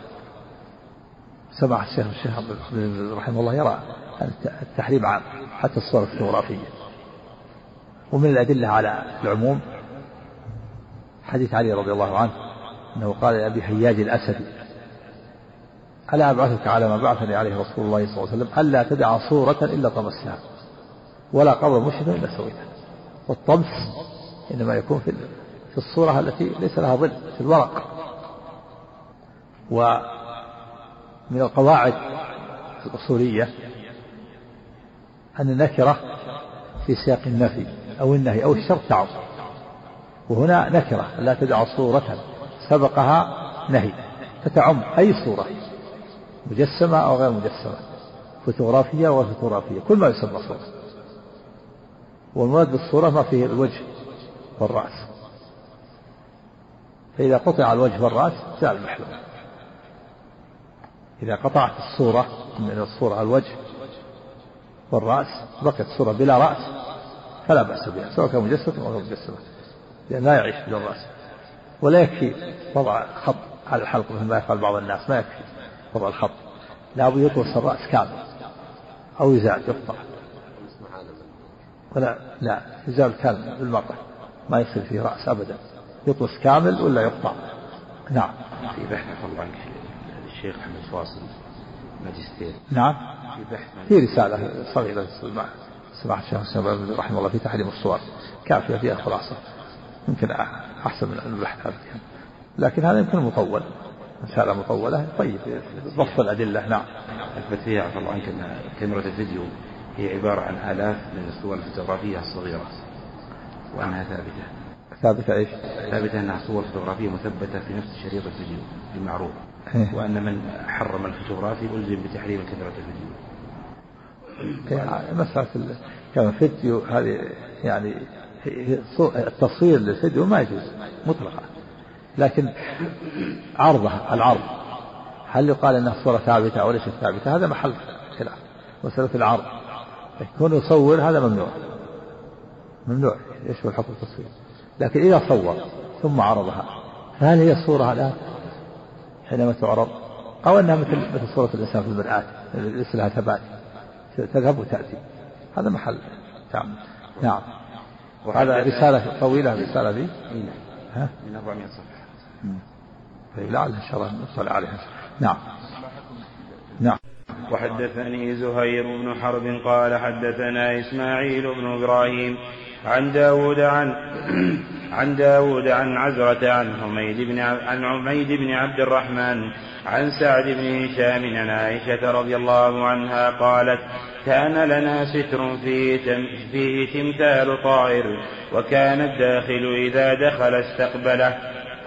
سمع الشيخ الشيخ رحمه الله يرى التحريم عام حتى الصور الفوتوغرافية. ومن الأدلة على العموم حديث علي رضي الله عنه أنه قال لأبي حياج الأسدي ألا أبعثك على ما بعثني عليه رسول الله صلى الله عليه وسلم ألا تدع صورة إلا طمسها ولا قبر مشرف إلا سويته. والطمس إنما يكون في في الصورة التي ليس لها ظل في الورق. ومن القواعد الأصولية أن النكرة في سياق النفي أو النهي أو الشرط تعم، وهنا نكرة لا تدع صورة سبقها نهي فتعم أي صورة مجسمة أو غير مجسمة، فوتوغرافية أو فوتوغرافية، كل ما يسمى صورة. والمراد بالصورة ما فيه الوجه والرأس، فإذا قطع الوجه والرأس زال المحلول. إذا قطعت الصورة من الصورة الوجه والرأس بقيت الصورة بلا رأس فلا بأس بها سواء كان مجسمة أو غير مجسمة، لأن لا يعيش بدون رأس. ولا يكفي وضع خط على الحلق مثل ما يفعل بعض الناس، ما يكفي وضع الخط، لا بد يطلس الرأس كامل أو يزال يقطع، ولا لا يزال كامل بالمرة ما يصير فيه رأس أبدا، يطلس كامل ولا يقطع. نعم. في بحث الله عنك الشيخ محمد فاصل ماجستير. نعم. في بحث في رسالة صغيرة سماحة الشيخ رحمه الله في تحريم الصور كافية فيها خلاصة، يمكن أحسن من البحث هذا، لكن هذا يمكن مطول، رسالة مطولة طيب ضبط الأدلة. نعم. أثبت فيها عفى الله عنك أن كاميرا الفيديو هي عبارة عن آلاف من الصور الفوتوغرافية الصغيرة وأنها ثابتة. ثابتة إيش؟ ثابتة أنها صور فوتوغرافية مثبتة في نفس شريط الفيديو المعروف. وأن من حرم الفوتوغرافي ألزم بتحريم كثرة الفيديو. مسألة كما فيديو هذه يعني التصوير للفيديو ما يجوز مطلقا، لكن عرضها العرض هل يقال أنها صورة ثابتة أو ليست ثابتة هذا محل خلاف. مسألة العرض يكون يصور هذا ممنوع ممنوع يشمل حكم التصوير، لكن إذا صور ثم عرضها فهل هي الصورة الآن حينما تعرض أو أنها مثل مثل صورة الإنسان في المرآة ليس لها ثبات تذهب وتأتي، هذا محل تعمل. نعم. وهذا رسالة طويلة الرسالة دي ها من أربعمائة صفحة. طيب لعل إن شاء الله نطلع عليها. نعم. نعم. وحدثني زهير بن حرب قال حدثنا إسماعيل بن إبراهيم عن داود عن عن داود عن عزرة عن حميد بن عن عميد بن عبد الرحمن عن سعد بن هشام عن عائشة رضي الله عنها قالت كان لنا ستر فيه, تم فيه تمثال طائر وكان الداخل إذا دخل استقبله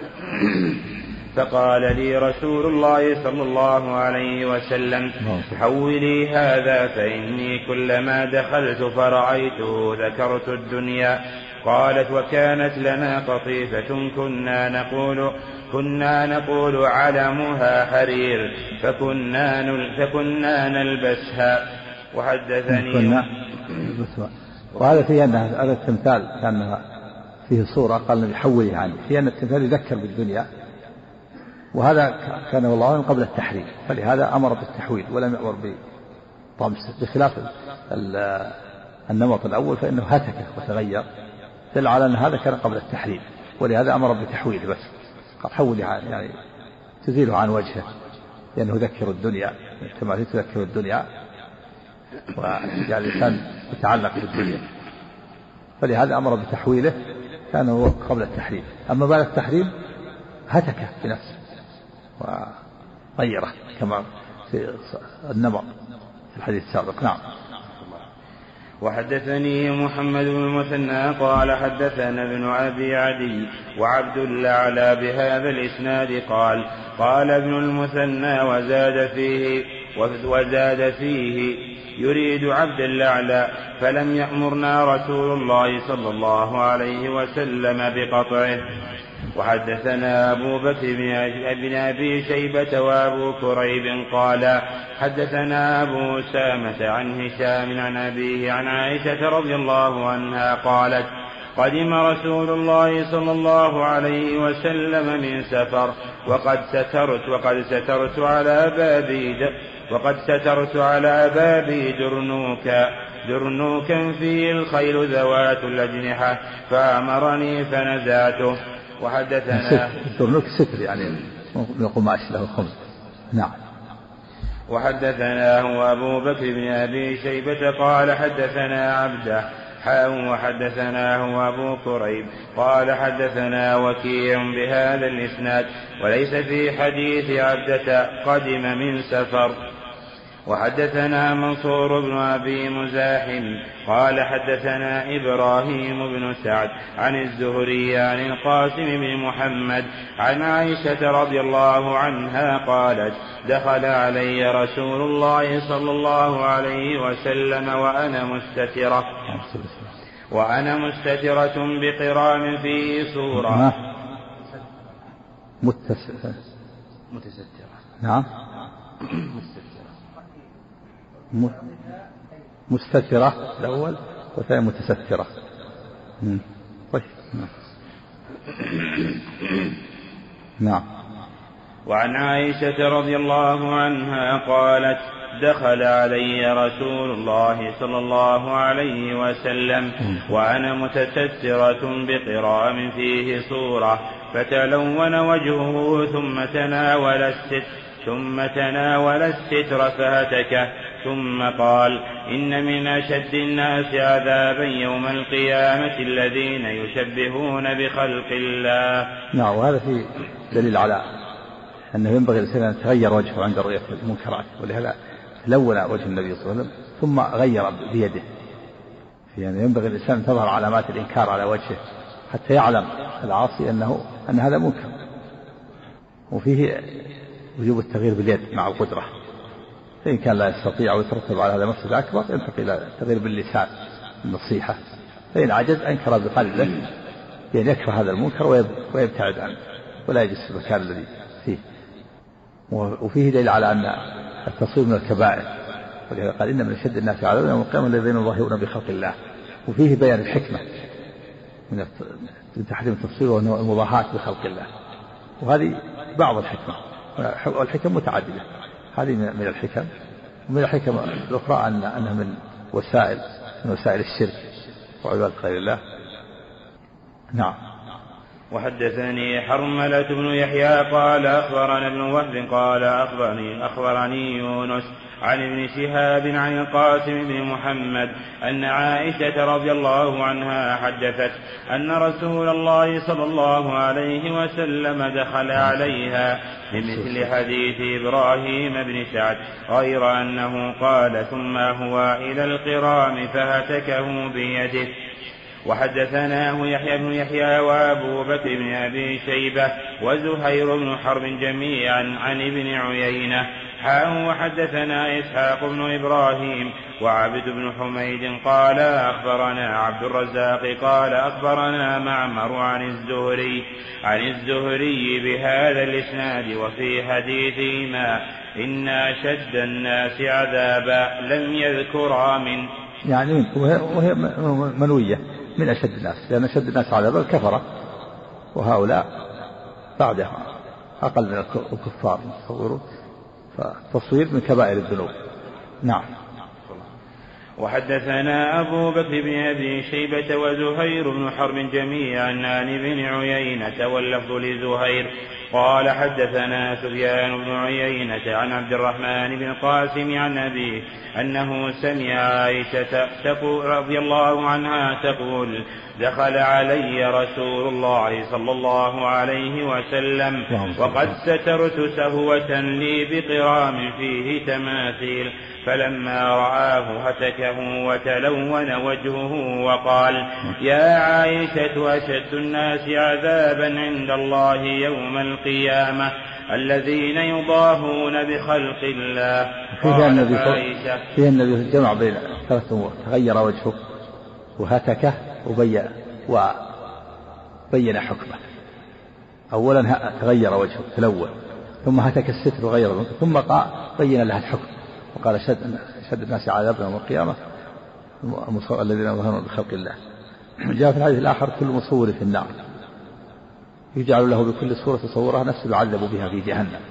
فقال لي رسول الله صلى الله عليه وسلم حولي هذا فإني كلما دخلت فرأيته ذكرت الدنيا. قالت وكانت لنا قطيفة كنا نقول كنا نقول علمها حرير فكنا فكنا نلبسها. وحدثني وهذا فيه أن هذا التمثال كان فيه صورة قال النبي حولي عنه، فيه أن التمثال يذكر بالدنيا، وهذا كان والله قبل التحريم، فلهذا أمر بالتحويل ولم يأمر بطمس، بخلاف النمط الأول فإنه هتك وتغير دل على أن هذا كان قبل التحريم، ولهذا أمر بتحويله بس قال حولي يعني تزيله عن وجهه لأنه يذكر الدنيا، التماثيل تذكر الدنيا ويجعل الإنسان يتعلق بالدنيا، فلهذا أمر بتحويله كان هو قبل التحريم. أما بعد التحريم هتكه بنفسه وغيره كما في النمط في الحديث السابق. نعم. وحدثني محمد بن المثنى قال حدثنا ابن أبي عدي وعبد الأعلى بهذا الإسناد قال قال ابن المثنى وزاد فيه وزاد فيه يريد عبد الأعلى فلم يأمرنا رسول الله صلى الله عليه وسلم بقطعه. وحدثنا أبو بكر بن أبي شيبة وأبو كريب قال حدثنا أبو أسامة عن هشام عن أبيه عن عائشة رضي الله عنها قالت قدم رسول الله صلى الله عليه وسلم من سفر وقد سترت وقد سترت على بابي وقد سترت على بابي درنوكا درنوكا فيه الخيل ذوات الأجنحة فأمرني فنزعته. وحدثنا درنوك ستر يعني من قماش له خمس. نعم. وحدثناه أبو بكر بن أبي شيبة قال حدثنا عبده حاء وحدثناه أبو كريب قال حدثنا وكيع بهذا الإسناد وليس في حديث عبدة قدم من سفر. وحدثنا منصور بن أبي مزاحم قال حدثنا إبراهيم بن سعد عن الزهري عن القاسم بن محمد عن عائشة رضي الله عنها قالت دخل علي رسول الله صلى الله عليه وسلم وأنا مستترة وأنا مستترة بقرام فيه صورة متسترة. نعم. مستترة الأول والثاني متسترة. طيب. نعم. وعن عائشة رضي الله عنها قالت دخل علي رسول الله صلى الله عليه وسلم وأنا متسترة بقرام فيه صورة فتلون وجهه ثم تناول الستر ثم تناول الستر فهتكه ثم قال إن من أشد الناس عذابا يوم القيامة الذين يشبهون بخلق الله. نعم. وهذا في دليل على أنه ينبغي الإنسان أن يتغير وجهه عند رؤية المنكرات، ولهذا لون وجه النبي صلى الله عليه وسلم ثم غير بيده، يعني ينبغي الإنسان أن تظهر علامات الإنكار على وجهه حتى يعلم العاصي أنه أن هذا منكر. وفيه وجوب التغيير باليد مع القدرة، فإن كان لا يستطيع أو يترتب على هذا مفسدة أكبر ينتقل إلى التغيير باللسان النصيحة، فإن عجز أنكر بقلبه بأن يكره هذا المنكر ويبتعد عنه ولا يجلس في المكان الذي فيه. وفيه دليل على أن التصوير من الكبائر، ولهذا قال إن من أشد الناس عذابا يوم القيامة الذين يظاهرون بخلق الله. وفيه بيان الحكمة من تحريم التصوير والمضاهاة بخلق الله، وهذه بعض الحكمة، والحكم متعددة، هذه من الحكم. ومن الحكم الأخرى أن أنها من وسائل من وسائل الشرك وعبادة غير الله. نعم. وحدثني حرملة بن يحيى قال أخبرنا ابن وهب قال أخبرني, أخبرني يونس عن ابن شهاب عن القاسم بن محمد أن عائشة رضي الله عنها حدثت أن رسول الله صلى الله عليه وسلم دخل عليها بمثل حديث إبراهيم بن سعد غير أنه قال ثم هو إلى القرام فهتكه بيده. وحدثناه يحيى بن يحيى وأبو بكر بن أبي شيبة وزهير بن حرب جميعا عن ابن عيينة حاء. وحدثنا إسحاق بن إبراهيم وعبد بن حميد قال أخبرنا عبد الرزاق قال أخبرنا معمر عن الزهري عن الزهري بهذا الإسناد وفي حديثهما إن أشد الناس عذابا لم يذكرا من يعني وهي منوية من أشد الناس، لأن أشد الناس عذابا الكفرة، وهؤلاء بعدها أقل من الكفار تصوروا، فالتصوير من كبائر الذنوب. نعم. وحدثنا أبو بكر بن أبي شيبة وزهير بن حرب جميعا عن ابن عيينة واللفظ لزهير قال حدثنا سفيان بن عيينة عن عبد الرحمن بن القاسم عن أبيه أنه سمع عائشة تقول رضي الله عنها تقول دخل علي رسول الله صلى الله عليه وسلم وقد سترت سهوة لي بقرام فيه تماثيل فلما رآه هتكه وتلون وجهه وقال يا عائشة أشد الناس عذابا عند الله يوم القيامة الذين يضاهون بخلق الله. فيه النبي جمع بين ثلاث أمور: تغير وجهه وهتكه وبين وبين حكمه. أولا تغير وجهه تلون، ثم هتك الستر وغير، ثم قال بين لها الحكم وقال شد الناس عذابا يوم القيامة الذين يظهرون بخلق الله. جاء في الحديث الآخر كل مصور في النار يجعل له بكل صورة تصورها نفسه يعذب بها في جهنم.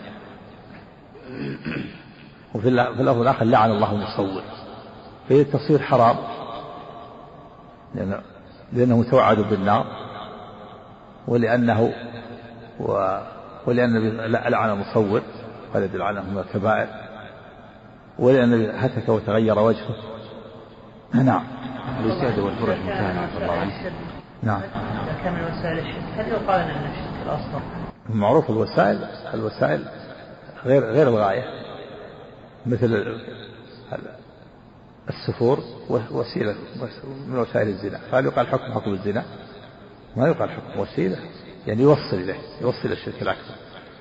وفي اللفظ الآخر لعن الله المصور. فهي التصوير حرام لأنه, لأنه متوعد بالنار، ولأنه و ولأن لعن المصور قال يدل على أنه كبائر، ولأن هتك وتغير وجهه. نعم. الوسادة والفرج مكانة الله عنه. نعم. كان من وسائل الشرك هل يقال أن الشرك الأصغر؟ معروف الوسائل الوسائل غير غير الغاية، مثل السفور وسيلة من وسائل الزنا، فهل يقال حكم حكم الزنا؟ ما يقال حكم وسيلة، يعني يوصل إليه يوصل الشرك الأكبر.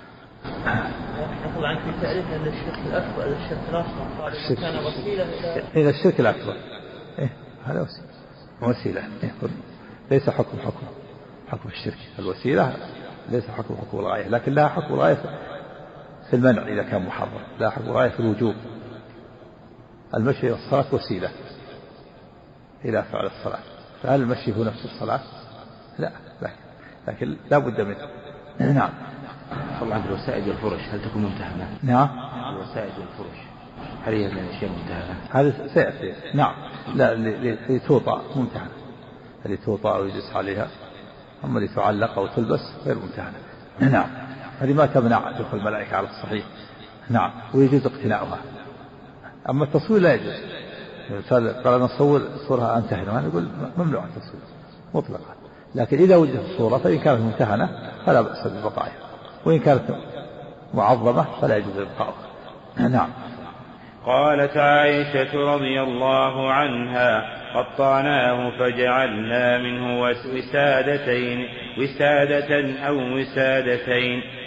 طبعا في تعريف أن الشرك الأكبر الشرك الأصغر الشرك كان وسيلة إلى الشرك الأكبر. إيه هذا وسيلة وسيلة إيه؟ ليس حكم حكم حكم الشرك. الوسيلة ليس حكم حكم الغاية، لكن لها حكم الغاية في المنع إذا كان محرم، لا حكم الغاية في الوجوب. المشي إلى الصلاة وسيلة إلى فعل الصلاة، فهل المشي هو نفس الصلاة؟ لا، لكن, لكن لا بد منه. نعم. طبعا عند الوسائد والفرش هل تكون ممتهنة؟ نعم. الوسائد والفرش هل هي من الأشياء الممتهنة؟ هذا سيأتي. نعم. لا لتوطأ ممتهنة، لتوطأ أو يجلس عليها، أما لتعلق أو تلبس غير ممتهنة. نعم. هذه ما تمنع دخول الملائكة على الصحيح. نعم. ويجوز اقتناؤها. أما التصوير لا يجوز. قال نصور صورها أمتهنة، وأنا نقول ممنوع التصوير مطلقا، لكن إذا وجدت الصورة فإن كانت ممتهنة فلا بأس ببقائها، وإن كانت معظمة فلا يجوز بقائها. نعم. قالت عائشة رضي الله عنها قطعناه فجعلنا منه وسادتين وسادة أو وسادتين.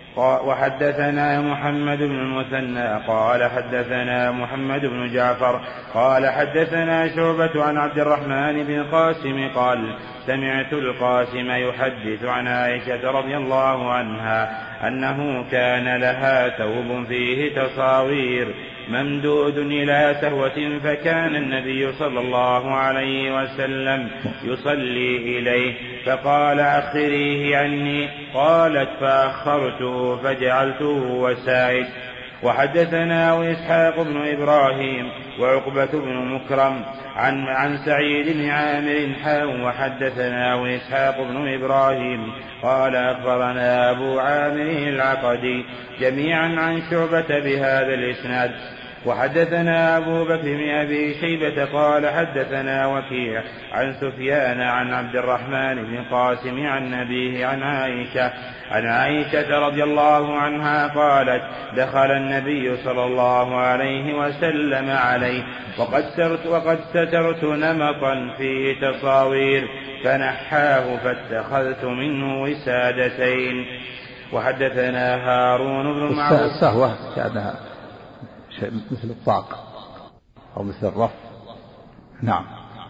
وحدثنا محمد بن المثنى قال حدثنا محمد بن جعفر قال حدثنا شعبة عن عبد الرحمن بن القاسم قال سمعت القاسم يحدث عن عائشة رضي الله عنها أنه كان لها ثوب فيه تصاوير ممدود إلى سهوة فكان النبي صلى الله عليه وسلم يصلي إليه فقال أخريه عني قالت فأخرته فجعلته وسائد. وحدثنا وإسحاق بن إبراهيم وعقبة بن مكرم عن, عن سعيد بن عامر حاو وحدثنا وإسحاق بن إبراهيم قال أخبرنا أبو عامر العقدي جميعا عن شعبة بهذا الإسناد. وحدثنا أبو بكر بن أبي شيبة قال حدثنا وكيع عن سفيان عن عبد الرحمن بن القاسم عن أبيه عن عائشة عن عائشة رضي الله عنها قالت دخل النبي صلى الله عليه وسلم عليه وقد سترت, وقد سترت نمطا فيه تصاوير فنحاه فاتخذت منه وسادتين. وحدثنا هارون بن معروف. السهوة كأنها شيء مثل الطاق أو مثل الرف. نعم.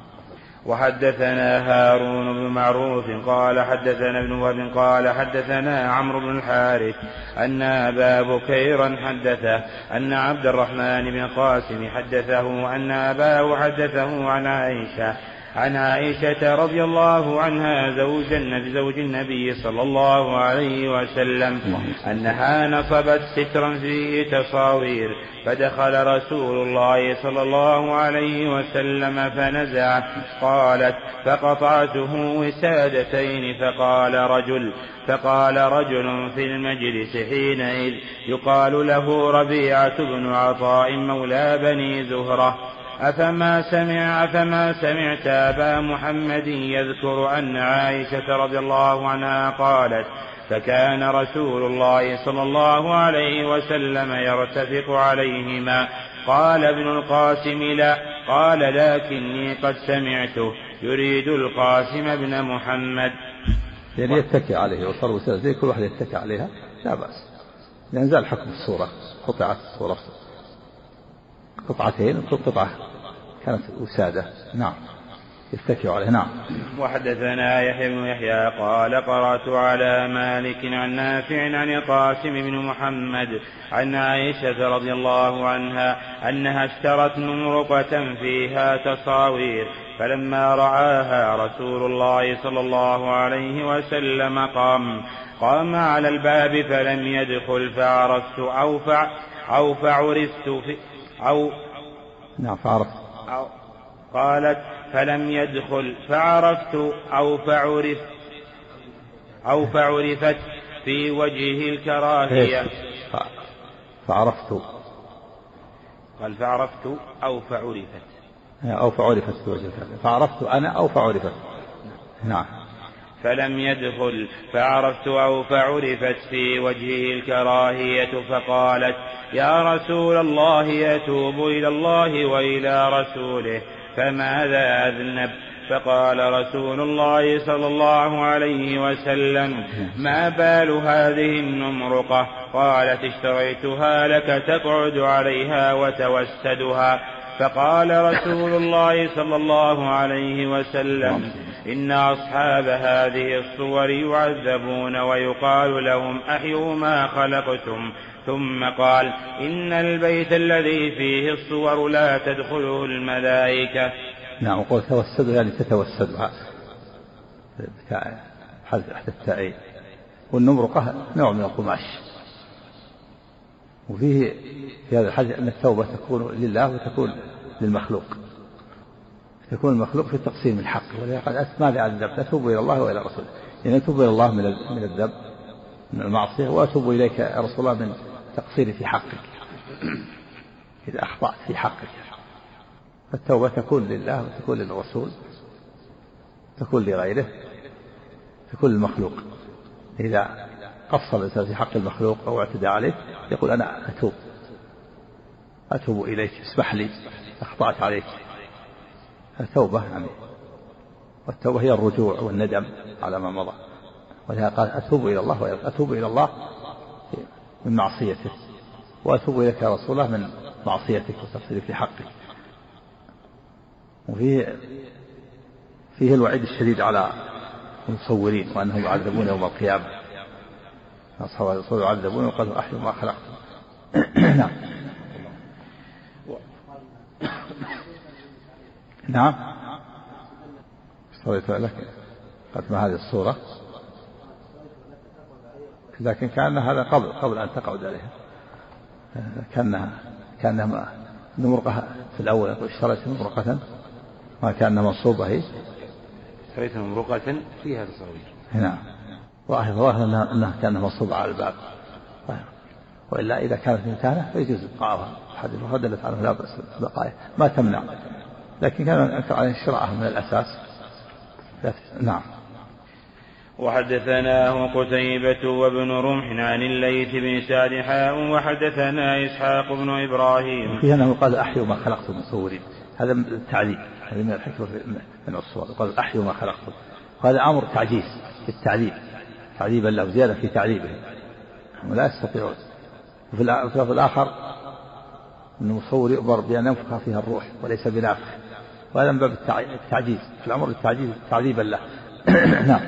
وحدثنا هارون بن معروف قال حدثنا ابن وهب قال حدثنا عمرو بن الحارث أن أبا بكيرا حدثه أن عبد الرحمن بن القاسم حدثه أن أباه حدثه عن عائشة عن عائشة رضي الله عنها زوج النبي, زوج النبي صلى الله عليه وسلم أنها نصبت سترا فيه تصاوير فدخل رسول الله صلى الله عليه وسلم فنزعه قالت فقطعته وسادتين فقال رجل فقال رجل في المجلس حينئذ يقال له ربيعة بن عطاء مولى بني زهرة أفما سمع أفما سمعت أبا محمد يذكر أن عائشة رضي الله عنها قالت فكان رسول الله صلى الله عليه وسلم يرتفق عليهما. قال ابن القاسم لا قال لكني قد سمعته يريد القاسم بن محمد يعني يتكي عليه وصار وسادة زي كل واحد يتكي عليها لا بأس لأنزال حكم الصورة قطعت الصورة قطعتين قطعة كانت وسادة. نعم يتكئ عليه. نعم. وحدثنا يحيى بن يحيى قال قرأت على مالك عن نافع عن القاسم بن محمد عن عائشة رضي الله عنها أنها اشترت نمرقة فيها تصاوير فلما رعاها رسول الله صلى الله عليه وسلم قام قام على الباب فلم يدخل فعرفت أو فع أو فعرفت في أو نعم فعرفت أو قالت فلم يدخل فعرفت أو فعرفت أو فعرفت في وجهه الكراهية فعرفت قال فعرفت أو فعرفت أو فعرفت في وجهه الكراهية فعرفت أنا أو فعرفت. نعم. فلم يدخل فعرفت أو فعرفت في وجهه الكراهية فقالت يا رسول الله أتوب إلى الله وإلى رسوله فماذا أذنب؟ فقال رسول الله صلى الله عليه وسلم ما بال هذه النمرقة؟ قالت اشتريتها لك تقعد عليها وتوسدها. فقال رسول الله صلى الله عليه وسلم إن أصحاب هذه الصور يعذبون ويقال لهم أحيوا ما خلقتم. ثم قال إن البيت الذي فيه الصور لا تدخله الملائكة. نعم. وقال توسدها يعني تتوسدها حذف أحد التائين. والنمرقة نوع من القماش. وفيه في هذا الحديث أن التوبة تكون لله وتكون للمخلوق. تكون المخلوق في تقسيم الحق ولقد أسمى لعن الذنب أتوب إلى الله وإلى رسوله يعني أتوب إلى الله من من الذنب من المعصية وأتوب إليك يا رسول الله من تقصيري في حقك إذا أخطأت في حقك. فالتوبة تكون لله وتكون للرسول تكون لغيره تكون للمخلوق. إذا قصر الإنسان في حق المخلوق أو اعتدى عليه يقول أنا أتوب أتوب إليك اسمح لي أخطأت عليك. التوبة يعني والتوبة هي الرجوع والندم على ما مضى. ولهذا قال أتوب إلى الله أتوب إلى الله من معصيته، وأتوب إليك يا رسول الله من معصيتك وتقصيرك في حقك. وفيه فيه الوعيد الشديد على المصورين وأنهم يعذبون يوم القيامة، أصحاب الرسول يعذبون وقالوا أحيوا ما خلقتم. نعم نعم صليت لك قدم هذه الصورة، لكن كان هذا قبل قبل أن تقعد عليها، كأنها كأنها نمرقها في الأول، اشتريت نمرقة ما كان منصوبة، هي اشتريت نمرقة فيها تصوير. نعم، وظاهر أنها, أنها كانت منصوبة على الباب، وإلا إذا كانت مكانة فيجوز إبقاءها، الحديث دلت عنه لا بأس بقائها ما تمنع، لكن كان أنكر عليه شرعها من الأساس. نعم. وحدثناه قتيبة وابن رمح عن الليث بن سعد حاء وحدثنا إسحاق بن إبراهيم. في أنه قال أحيوا ما خلقتم مصورين، هذا التعذيب، هذا من الحكمة من الصور، قال أحيوا ما خلقتم، هذا أمر تعجيز في التعذيب، تعذيبا له زيادة في تعذيبه ولا يستطيعون. وفي الآخر أن المصور يؤمر بأن ينفخ فيها الروح وليس بنافخ، وهذا من باب التعجيز في الأمر التعجيز تعذيبا له. نعم.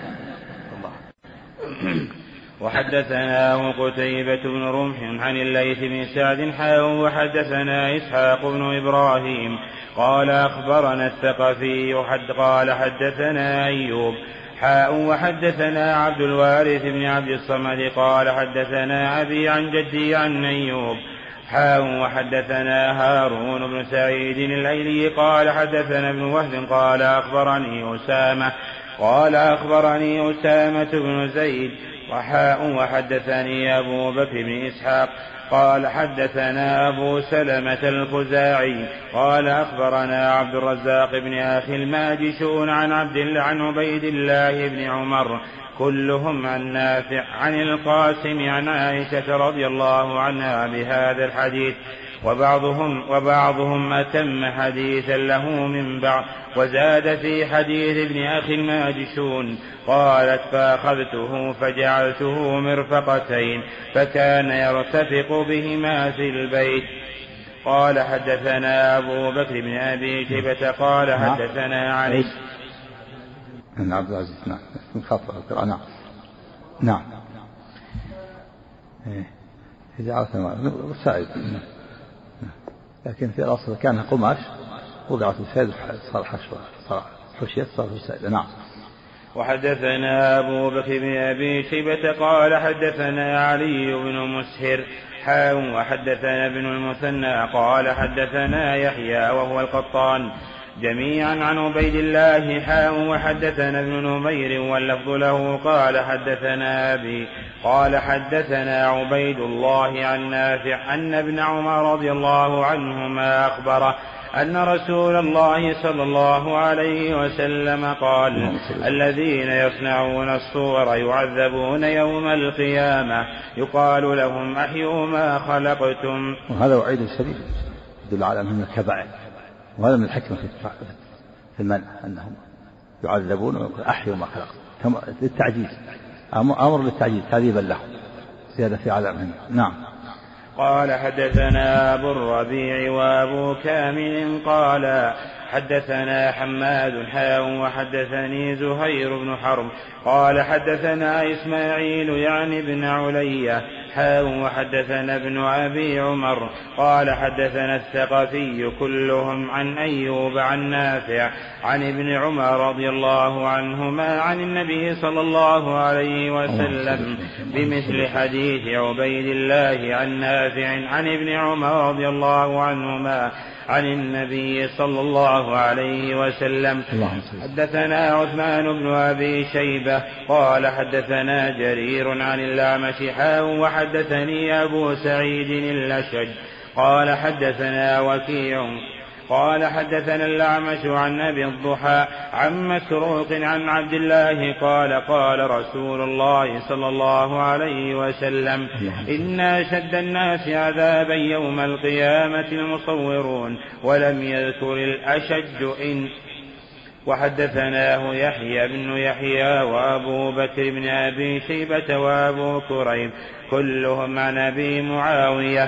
وحدثناه قتيبة بن رمح عن الليث بن سعد حاء وحدثنا إسحاق بن إبراهيم قال أخبرنا الثقفي حد قال حدثنا أيوب حاء وحدثنا عبد الوارث بن عبد الصمد قال حدثنا أبي عن جدي عن أيوب حاء وحدثنا هارون بن سعيد الأيلي قال حدثنا ابن وهب قال أخبرني أسامة قال أخبرني أسامة بن زيد وحاء وحدثني أبو بكر بن إسحاق قال حدثنا أبو سلمة الخزاعي قال أخبرنا عبد الرزاق بن أخي الماجشون عن عبد الله عن عبيد الله بن عمر كلهم عن نافع عن القاسم عن عائشة رضي الله عنها بهذا الحديث، وبعضهم, وبعضهم أتم حديثا له من بعض، وزاد في حديث ابن أخي الماجشون قالت فأخذته فجعلته مرفقتين فكان يرتفق بهما في البيت. قال حدثنا أبو بكر بن أبي شيبة قال حدثنا علي بن عبد العزيز. نعم من خطأ القراءة. نعم نعم جعلتها سائد، لكن في الأصل كان قماش وضعت السائد صار حشوة صار حشية صار السائد. نعم. وحدثنا أبو بكر بن أبي شيبة قال حدثنا علي بن مسهر حاء وحدثنا ابن المثنى قال حدثنا يحيى وهو القطان جميعا عن عبيد الله حاء وحدثنا ابن نمير واللفظ له قال حدثنا أبي قال حدثنا عبيد الله عن نافع أن ابن عمر رضي الله عنهما أخبره أن رسول الله صلى الله عليه وسلم قال الذين يصنعون الصور يعذبون يوم القيامة يقال لهم أحيوا ما خلقتم. وهذا وعيد شديد يدل على أنهم الكبائر، وهذا من الحكمة في المنع أنهم يعذبون ويقول أحيوا ما خلقتم للتعجيز، أمر للتعجيز تعذيبا له زيادة في عذابهم. نعم. قال حدثنا أبو الربيع وأبو كامل قال حدثنا حماد حاء وحدثني زهير بن حرب قال حدثنا إسماعيل يعني ابن علي حاء وحدثنا ابن أبي عمر قال حدثنا الثقفي كلهم عن أيوب عن نافع عن ابن عمر رضي الله عنهما عن النبي صلى الله عليه وسلم بمثل حديث عبيد الله عن نافع عن ابن عمر رضي الله عنهما عن النبي صلى الله عليه وسلم. حدثنا عثمان بن أبي شيبة قال حدثنا جرير عن الأعمش حاء وحدثني أبو سعيد الأشج قال حدثنا وكيع قال حدثنا الأعمش عن أبي الضحى عن مسروق عن عبد الله قال قال رسول الله صلى الله عليه وسلم إن أشد الناس عذابا يوم القيامة المصورون، ولم يذكر الأشج إن وحدثناه يحيى بن يحيى وأبو بكر بن أبي شيبة وأبو كريم كلهم عن أبي معاوية.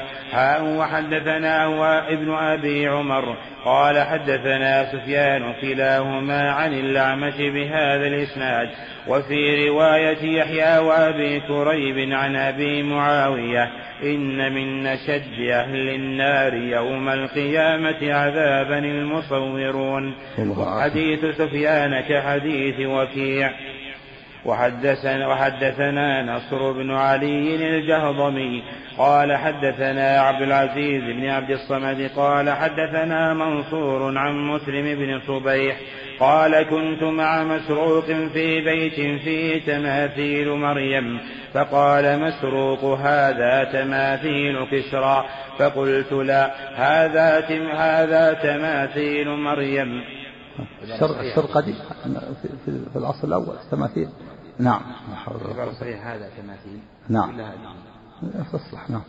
وحدثناه ابن أبي عمر قال حدثنا سفيان كلاهما عن الأعمش بهذا الإسناد. وفي رواية يحيى وأبي كريب عن أبي معاوية إن من أشد أهل النار يوم القيامة عذابا المصورون. حديث سفيان كحديث وكيع. وحدثنا, وحدثنا نصر بن علي الجهضمي قال حدثنا عبد العزيز بن عبد الصمد قال حدثنا منصور عن مسلم بن صبيح قال كنت مع مسروق في بيت فيه تماثيل مريم فقال مسروق هذا تماثيل كسرى فقلت لا هذا, تم هذا تماثيل مريم. الشرق دي في العصر الأول تماثيل. نعم صحيح هذا تماثيل. نعم أصلح. نعم.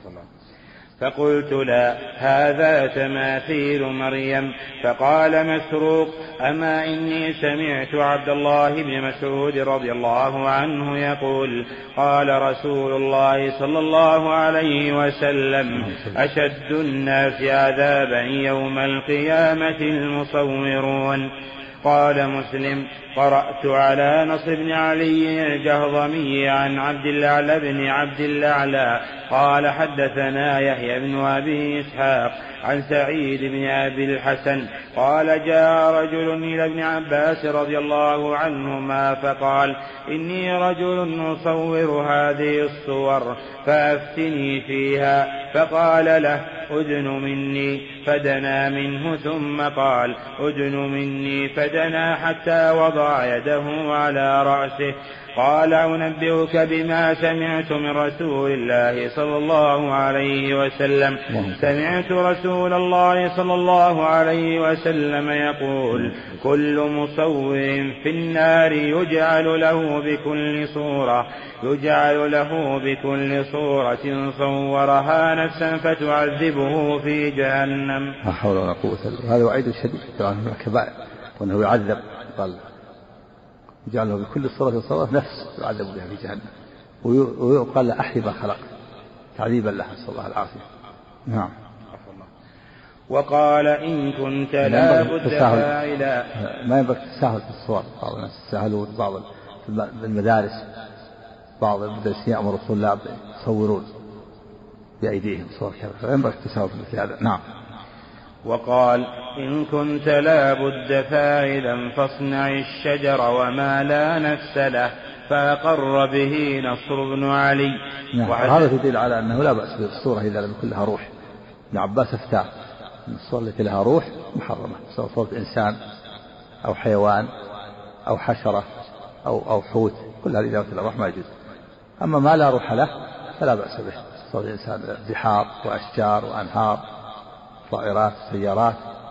فقلت لا هذا تماثيل مريم. فقال مسروق أما إني سمعت عبد الله بن مسعود رضي الله عنه يقول قال رسول الله صلى الله عليه وسلم أشد الناس عذابا يوم القيامة المصورون. قال مسلم قرأت على نصر بن علي الجهضمي عن عبد الأعلى بن عبد الأعلى قال حدثنا يحيى بن أبي إسحاق عن سعيد بن أبي الحسن قال جاء رجل إلى ابن عباس رضي الله عنهما فقال إني رجل أصور هذه الصور فأفتني فيها. فقال له أدن مني فدنا منه ثم قال أدن مني فدنا حتى وضع يده على رأسه. قال أنبئك بما سمعت من رسول الله صلى الله عليه وسلم. سمعت رسول الله صلى الله عليه وسلم يقول كل مصور في النار يجعل له بكل صورة يجعل له بكل صورة صورها نفسا فتعذبه في جهنم. لا حول ولا قوة إلا بالله. هذا وعيد شديد من الكبائر وأنه يعذب قال يجعله بكل صورة صورة نفس يعذب بها في جهنم ويقال له أحي ما خلق تعذيبا له نسأل الله العافية. نعم. وقال إن كنت لا بد فاعلا. ما ينبغي التساهل في الصور. بعض الناس يتساهلون بعض في المدارس بعض المدرسين يأمر الطلاب يصورون بأيديهم صور كذا فلا ينبغي التساهل في مثل هذا. نعم. وقال إن كنت لا بد فاعلا فاصنع الشجر وما لا نفس له فأقر به نصر بن علي. نعم. هذا يدل على أنه لا بأس بالصورة إذا لم يكن لها روح. ابن عباس افتى الصورة التي لها روح محرمة سواء صورة إنسان أو حيوان أو حشرة أو أو حوت كل هذه ذوات الأرواح ما يجوز. أما ما لا روح له فلا بأس به صورة إنسان بحار وأشجار وأنهار طائرات سيارات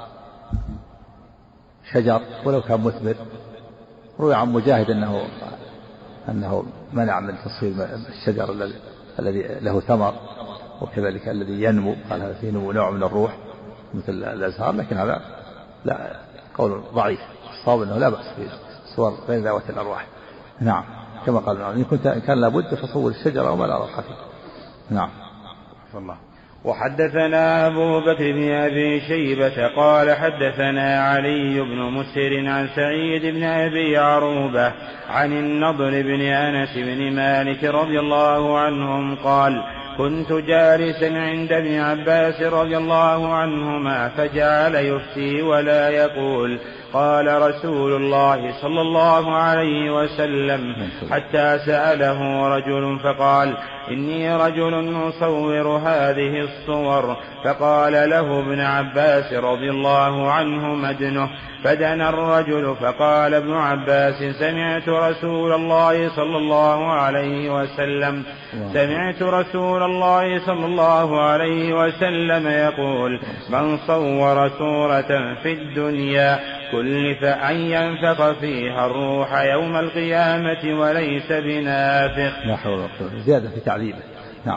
شجر ولو كان مثمر. روي عن مجاهد أنه أنه منع من تصوير الشجر الذي له ثمر وكذلك الذي ينمو قال هذا فيه نوع من الروح مثل الأزهار لكن هذا لا قول ضعيف. الصواب أنه لا بأس في صور غير ذوات الأرواح. نعم كما قال إن كنت كان لابد فصور الشجرة وما لا روح فيه. نعم. الله. وحدثنا أبو بكر بن أبي شيبة قال حدثنا علي بن مسهر عن سعيد بن أبي عروبة عن النضر بن أنس بن مالك رضي الله عنهم قال كنت جالسا عند ابن عباس رضي الله عنهما فجعل يفتي ولا يقول قال رسول الله صلى الله عليه وسلم حتى سأله رجل فقال إني رجل أصور هذه الصور فقال له ابن عباس رضي الله عنه مدنه فدنا الرجل فقال ابن عباس سمعت رسول الله صلى الله عليه وسلم سمعت رسول الله صلى الله عليه وسلم يقول من صور صورة في الدنيا كلف أن ينفخ فيها الروح يوم القيامة وليس بنافخ. لا حول ولا قوة زيادة في تعذيبه. نعم.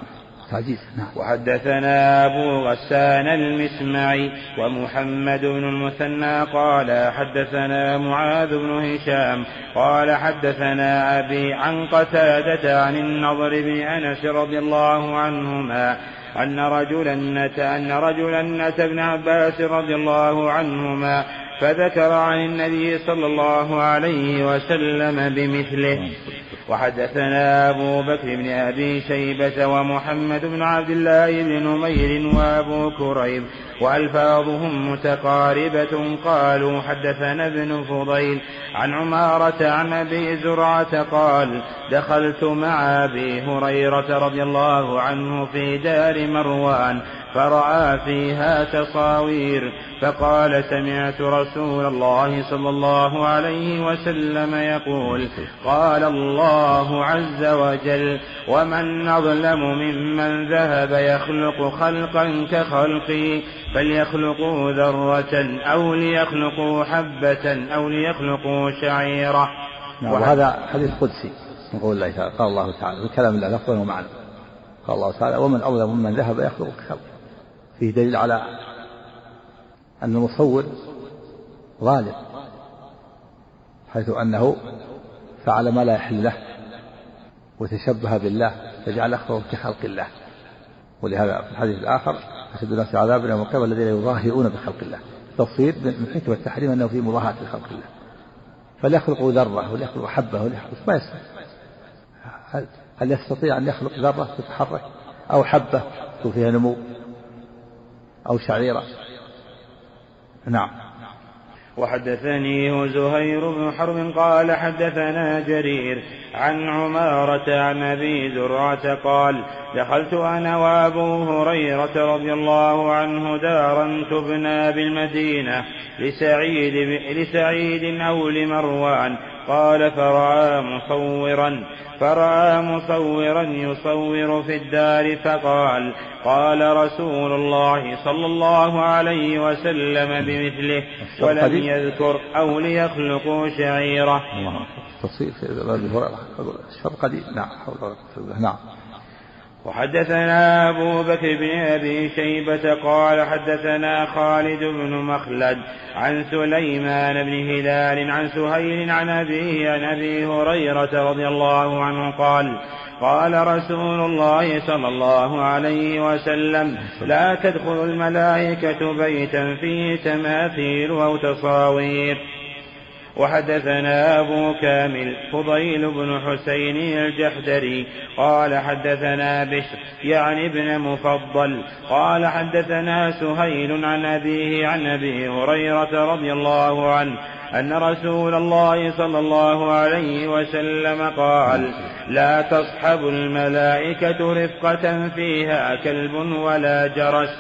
تعجيز. نعم. وحدثنا أبو غسان المسمعي ومحمد بن المثنى قال حدثنا معاذ بن هشام قال حدثنا أبي عن قتادة عن النضر بن أنس رضي الله عنهما أن رجلا أتى أن رجلا أتى ابن عباس رضي الله عنهما فذكر عن النبي صلى الله عليه وسلم بمثله. وحدثنا أبو بكر بن أبي شيبة ومحمد بن عبد الله بن نمير وأبو كريب وألفاظهم متقاربة قالوا حدثنا ابن فضيل عن عمارة عن أبي زرعة قال دخلت مع أبي هريرة رضي الله عنه في دار مروان فرأى فيها تصاوير فقال سمعت رسول الله صلى الله عليه وسلم يقول قال الله عز وجل ومن أظلم ممن ذهب يخلق خلقا كخلقي فليخلقوا ذرة أو ليخلقوا حبة أو ليخلقوا شعيرة. وهذا حديث قدسي من قول الله تعالى. قال الله تعالى الكلام الله لفظا ومعنى. قال الله تعالى ومن أظلم ممن ذهب يخلق كخلقي. فيه دليل على أن المصور ظالم حيث أنه فعل ما لا يحل له وتشبه بالله فجعل أخره كخلق الله. ولهذا في الحديث الآخر أشد الناس عذابا يوم القيامة الذين يظاهرون بخلق الله. التصوير من حكمة التحريم أنه فيه مظاهرة لخلق الله. فليخلقوا ذرة وليخلقوا حبة وليخلقوا ما يستطيع. هل, هل يستطيع أن يخلق ذرة تتحرك أو حبة فيها نمو أو شعيرة؟ نعم. وحدثني زهير بن حرب قال حدثنا جرير عن عمارة عن أبي زرعة قال دخلت أنا وأبو هريرة رضي الله عنه دارا تبنى بالمدينة لسعيد, لسعيد أو لمروان قال فرأى مصورا فرأى مصورا يصور في الدار فقال قال رسول الله صلى الله عليه وسلم بمثله ولم يذكر أو ليخلقوا شعيرة. تصير في أبي هريرة الشر قديم. نعم. نعم. وحدثنا أبو بكر بن أبي شيبة قال حدثنا خالد بن مخلد عن سليمان بن هلال عن سهيل عن أبيه عن أبي هريرة رضي الله عنه قال قال رسول الله صلى الله عليه وسلم لا تدخل الملائكة بيتا فيه تماثيل أو تصاوير. وحدثنا أبو كامل فضيل بن حسين الجحدري قال حدثنا بشر يعني ابن مفضل قال حدثنا سهيل عن أبيه عن أبي هريرة رضي الله عنه أن رسول الله صلى الله عليه وسلم قال لا تصحب الملائكة رفقة فيها كلب ولا جرس.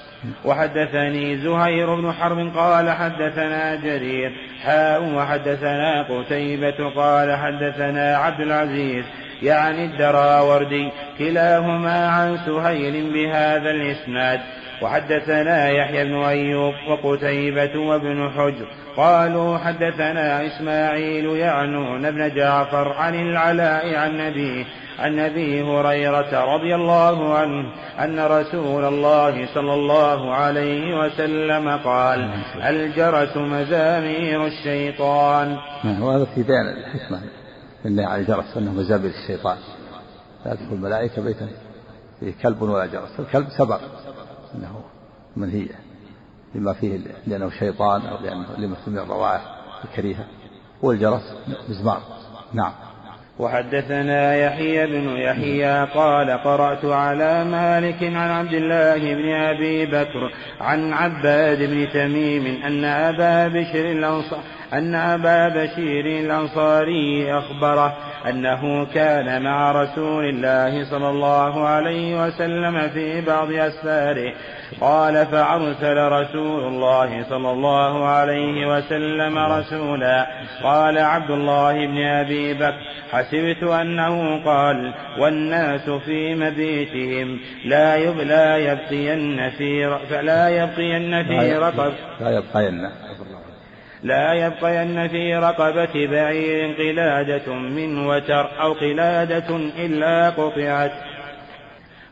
وحدثني زهير بن حرب قال حدثنا جرير حاء وحدثنا قتيبة قال حدثنا عبد العزيز يعني الدراوردي كلاهما عن سهيل بهذا الإسناد. وحدثنا يحيى بن أيوب وقتيبة وابن حجر قالوا حدثنا إسماعيل يعنون ابن جعفر عن العلاء عن أبيه عن أبي هريرة رضي الله عنه أن رسول الله صلى الله عليه وسلم قال الجرس مزامير الشيطان. وهذا في بيان الحكمة إن على الجرس أنه مزامير الشيطان. لا تدخل الملائكة بيتا فيه كلب ولا جرس. الكلب سبق أنه منهي لما فيه لأنه شيطان أو لأنه لما من الروائح الكريهة. والجرس مزمار. نعم. وحدثنا يحيى بن يحيى قال قرأت على مالك عن عبد الله بن أبي بكر عن عباد بن تميم أن أبا بشر الأنصاري أن أبا بشير الأنصاري أخبره أنه كان مع رسول الله صلى الله عليه وسلم في بعض أسفاره قال فأرسل رسول الله صلى الله عليه وسلم رسولا قال عبد الله بن أبي بكر حسبت أنه قال والناس في مبيتهم لا يبلا يبقين في فلا يبقين في رقب لا يبقين لا يبقين في رقبة بعير قلادة من وتر أو قلادة إلا قطعت.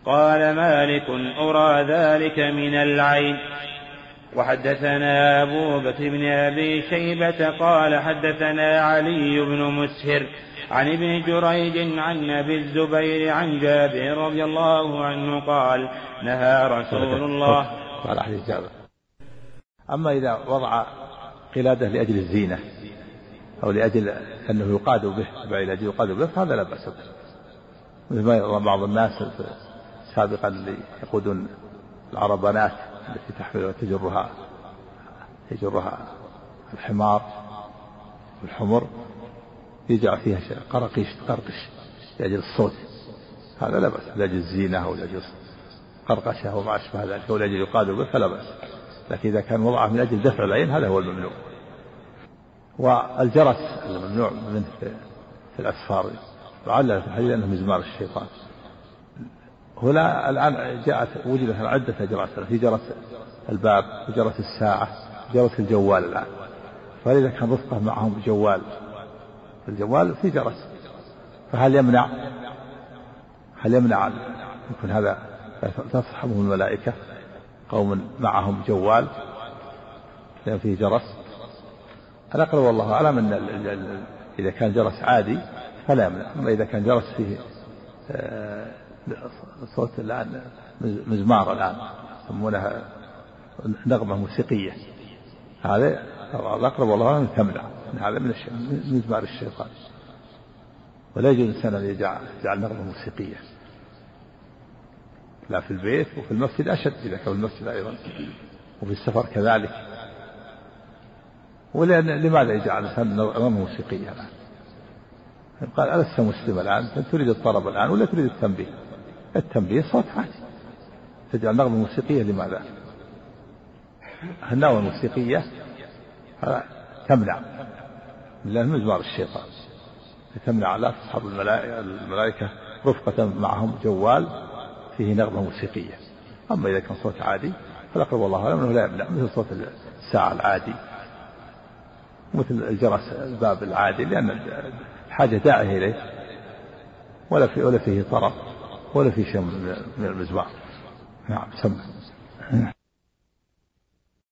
قال مالك أرى ذلك من العين. وحدثنا أبو بكر بن أبي شيبة قال حدثنا علي بن مسهر عن ابن جريج عن أبي الزبير عن جابر رضي الله عنه قال نهى رسول الله. قال حديث جابر. أما إذا وضع قلادة لأجل الزينة أو لأجل أنه يقاد به لأجل يقاد به فهذا لا بأس به، مثل ما يرى بعض الناس سابقا اللي يقودون العربانات التي تحمل وتجرها يجرها الحمار والحمر يجعل فيها شيء قرقش تقرقش لأجل الصوت، هذا لا بأس لأجل الزينة أو لأجل قرقشة وما أشبه ذلك أو لأجل يقاد به فلا بأس، لكن إذا كان وضعه من أجل دفع العين هذا هو الممنوع. والجرس الممنوع منه في الأسفار وعلّل في الحديث أنه مزمار الشيطان. هنا الآن جاءت وجدت عدة أجراس، في جرس الباب وجرس الساعة وجرس الجوال الآن، فإذا كان رفقه معهم جوال الجوال في جرس فهل يمنع هل يمنع يكون هذا تصحبهم الملائكة قوم معهم جوال لأن فيه جرس؟ الأقرب والله أعلم أن إذا كان جرس عادي فلا يمنع، أما إذا كان جرس فيه صوت الآن مزمار الآن يسمونها نغمة موسيقية، هذا الأقرب والله أعلم تمنع، هذا من مزمار الشيطان، ولا يجوز الإنسان أن يجعل نغمة موسيقية لا في البيت وفي المسجد أشد إذا كان المسجد أيضا وفي السفر كذلك. ولأن لماذا يجعل الإنسان نغمة موسيقية الآن؟ قال ألست مسلم الآن تريد الطرب الآن ولا تريد التنبيه؟ التنبيه صوت عادي، تجعل نغمة موسيقية لماذا؟ النغمة الموسيقية تمنع لأن مزمار الشيطان، تمنع لا تصحب الملائكة, الملائكة رفقة معهم جوال فيه نغمة موسيقية. أما إذا كان صوت عادي فالأقرب والله أعلم أنه لا يمنع، مثل صوت الساعة العادي مثل الجرس الباب العادي، لأن الحاجة داعية إليه ولا في ولا فيه طرف ولا فيه شيء من المزمار. نعم سمع.